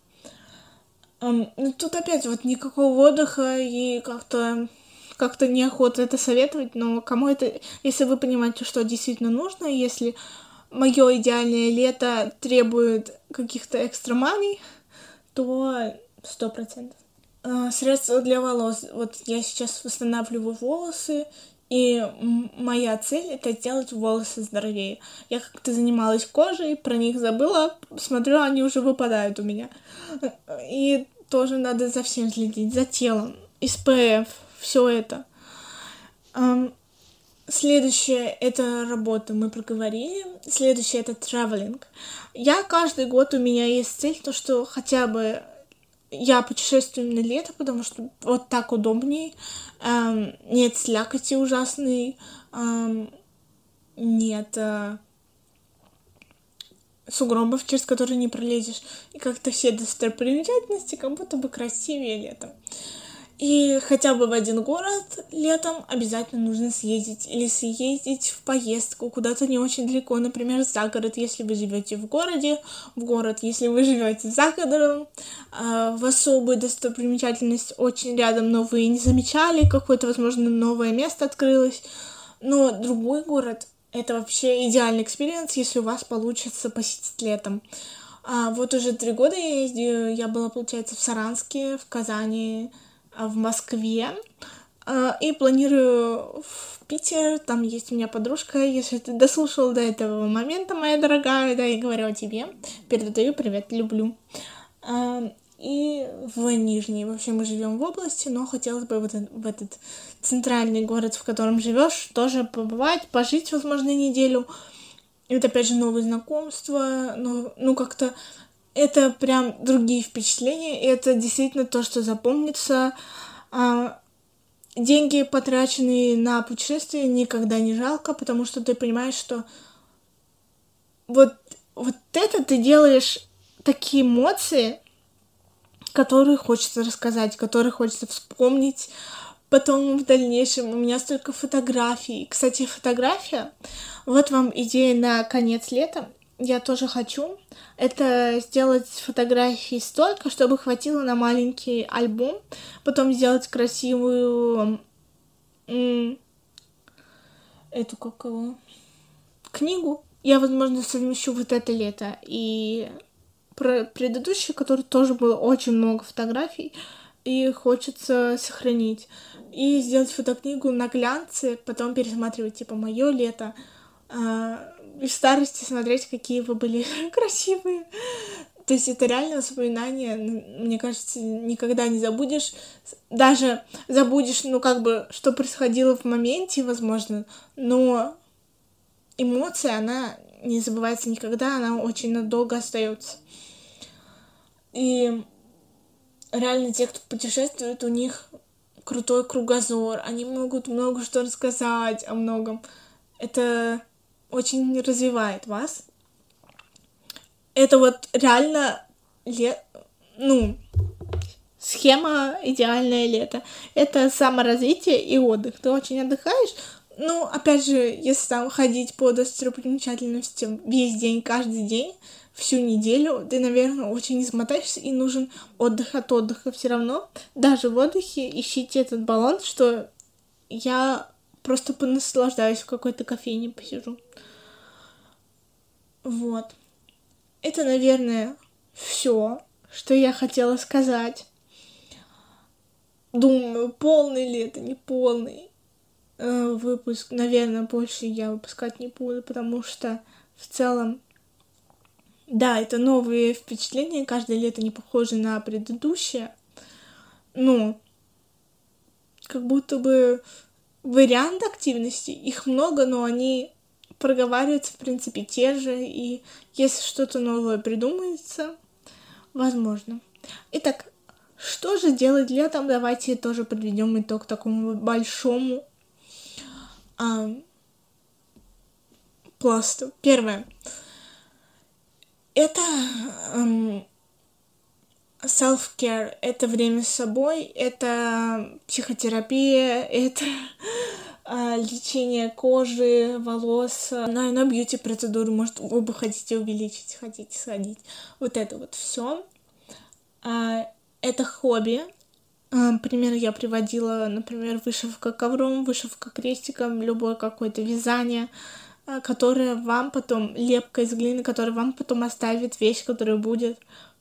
[SPEAKER 1] Тут опять вот никакого отдыха и как-то неохота это советовать, но кому это... Если вы понимаете, что действительно нужно, если мое идеальное лето требует каких-то экстра money, то 100%. Средства для волос. Вот я сейчас восстанавливаю волосы, и моя цель — это сделать волосы здоровее. Я как-то занималась кожей, про них забыла, смотрю, они уже выпадают у меня. И тоже надо за всем следить, за телом, SPF, все это. Следующее — это работа, мы проговорили. Следующее — это traveling. Каждый год у меня есть цель, то, что хотя бы я путешествую на лето, потому что вот так удобней. Нет слякоти ужасной, нет сугробов, через которые не пролезешь. И как-то все достопримечательности как будто бы красивее летом. И хотя бы в один город летом обязательно нужно съездить. Или съездить в поездку куда-то не очень далеко, например, за город, если вы живете в городе, в город, если вы живете за городом, в особую достопримечательность очень рядом, но вы не замечали, какое-то, возможно, новое место открылось. Но другой город — это вообще идеальный экспириенс, если у вас получится посетить летом. Вот уже 3 года я ездила, я была, получается, в Саранске, в Казани, в Москве, и планирую в Питер, там есть у меня подружка, если ты дослушала до этого момента, моя дорогая, да, я говорю о тебе, передаю привет, люблю. И в Нижний, вообще мы живем в области, но хотелось бы в этот центральный город, в котором живешь, тоже побывать, пожить, возможно, неделю. Это, опять же, новые знакомства, ну как-то это прям другие впечатления, и это действительно то, что запомнится. Деньги, потраченные на путешествие, никогда не жалко, потому что ты понимаешь, что вот это ты делаешь такие эмоции, которые хочется рассказать, которые хочется вспомнить потом в дальнейшем. У меня столько фотографий. Кстати, фотография, вот вам идея на конец лета. Я тоже хочу это сделать фотографий столько, чтобы хватило на маленький альбом, потом сделать красивую эту книгу. Я, возможно, совмещу вот это лето и про предыдущий, который тоже было очень много фотографий, и хочется сохранить. И сделать фотокнигу на глянце, потом пересматривать, типа, мое лето, и в старости смотреть, какие вы были красивые. То есть это реально воспоминание, мне кажется, никогда не забудешь. Даже забудешь, что происходило в моменте, возможно, но эмоция, она не забывается никогда, она очень надолго остается. И реально те, кто путешествует, у них крутой кругозор, они могут много что рассказать о многом. Это очень развивает вас. Это вот реально схема идеальное лето. Это саморазвитие и отдых. Ты очень отдыхаешь. Опять же, если там ходить по достопримечательностям весь день, каждый день, всю неделю, ты, наверное, очень измотаешься, и нужен отдых от отдыха все равно. Даже в отдыхе ищите этот баланс, что я просто понаслаждаюсь в какой-то кофейне, посижу. Вот. Это, наверное, все, что я хотела сказать. Думаю, полный ли это, не полный выпуск. Наверное, больше я выпускать не буду, потому что в целом, да, это новые впечатления. Каждое лето не похоже на предыдущее. Как будто бы вариант активности, их много, но они проговариваются, в принципе, те же, и если что-то новое придумается, возможно. Итак, что же делать летом? Давайте тоже подведем итог такому большому пласту. Первое. Это self-care, это время с собой, это психотерапия, это лечение кожи, волос, на бьюти-процедуру, может, вы бы хотите увеличить, хотите сходить. Вот это вот все. Это хобби. Пример я приводила, например, вышивка ковром, вышивка крестиком, любое какое-то вязание, которое вам потом, лепка из глины, которая вам потом оставит вещь, которая будет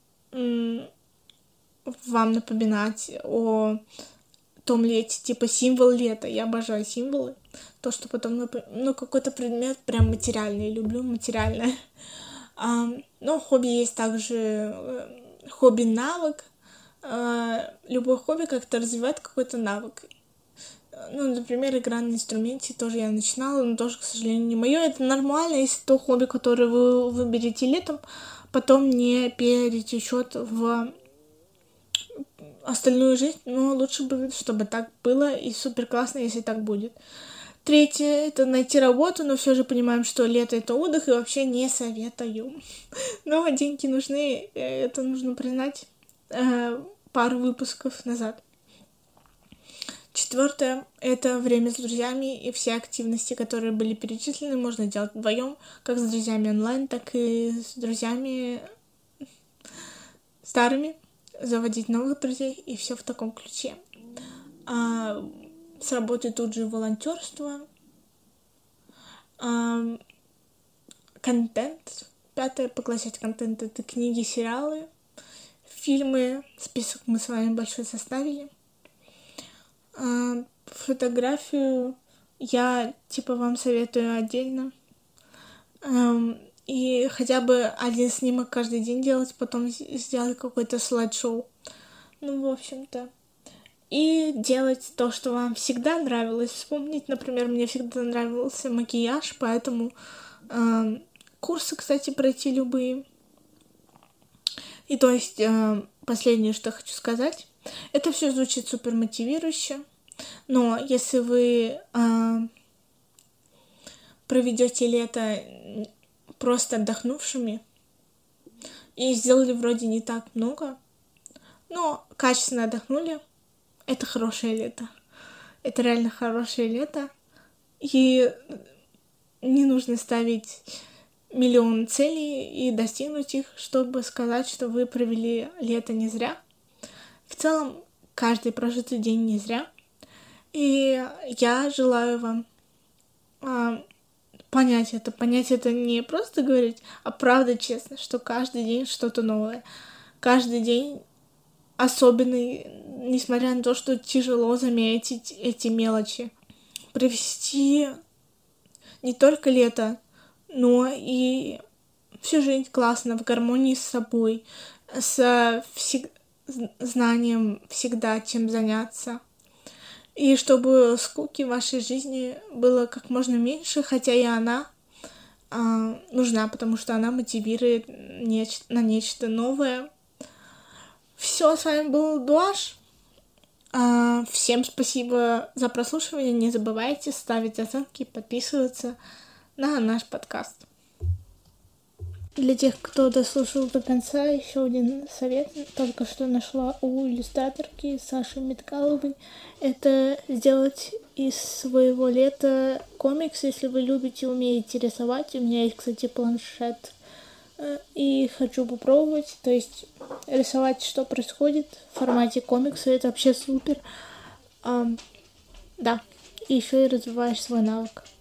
[SPEAKER 1] вам напоминать о том лете, типа символ лета. Я обожаю символы. То, что потом, какой-то предмет прям материальный, люблю материальное. Но хобби есть также хобби-навык. Любое хобби как-то развивает какой-то навык. Например, игра на инструменте тоже я начинала, но тоже, к сожалению, не мое. Это нормально, если то хобби, которое вы выберете летом, потом не перетечет в остальную жизнь, но лучше бы, чтобы так было, и супер классно, если так будет. Третье — это найти работу, но все же понимаем, что лето — это отдых, и вообще не советую. Но деньги нужны, это нужно признать пару выпусков назад. 4. Это время с друзьями, и все активности, которые были перечислены, можно делать вдвоем, как с друзьями онлайн, так и с друзьями старыми, заводить новых друзей, и все в таком ключе. С работы тут же волонтерство, контент. 5. Поглощать контент — это книги, сериалы, фильмы. Список мы с вами большой составили. Фотографию я вам советую отдельно. И хотя бы один снимок каждый день делать, потом сделать какой-то слайд-шоу. В общем-то. И делать то, что вам всегда нравилось. Вспомнить, например, мне всегда нравился макияж, поэтому курсы, кстати, пройти любые. И то есть последнее, что хочу сказать, это все звучит супер мотивирующе, но если вы проведете лето просто отдохнувшими и сделали вроде не так много, но качественно отдохнули, это хорошее лето. Это реально хорошее лето. И не нужно ставить миллион целей и достигнуть их, чтобы сказать, что вы провели лето не зря. В целом, каждый прожитый день не зря. И я желаю вам понять это не просто говорить, а правда честно, что каждый день что-то новое. Каждый день особенный, несмотря на то, что тяжело заметить эти мелочи. Провести не только лето, но и всю жизнь классно, в гармонии с собой, с знанием всегда, чем заняться. И чтобы скуки в вашей жизни было как можно меньше, хотя и она нужна, потому что она мотивирует на нечто новое. Все, с вами был Дуаш. Всем спасибо за прослушивание. Не забывайте ставить оценки, подписываться на наш подкаст. Для тех, кто дослушал до конца, еще один совет. Только что нашла у иллюстраторки Саши Меткаловой. Это сделать из своего лета комикс, если вы любите, умеете рисовать. У меня есть, кстати, планшет. И хочу попробовать. То есть рисовать, что происходит в формате комикса. Это вообще супер. Да. И еще и развиваешь свой навык.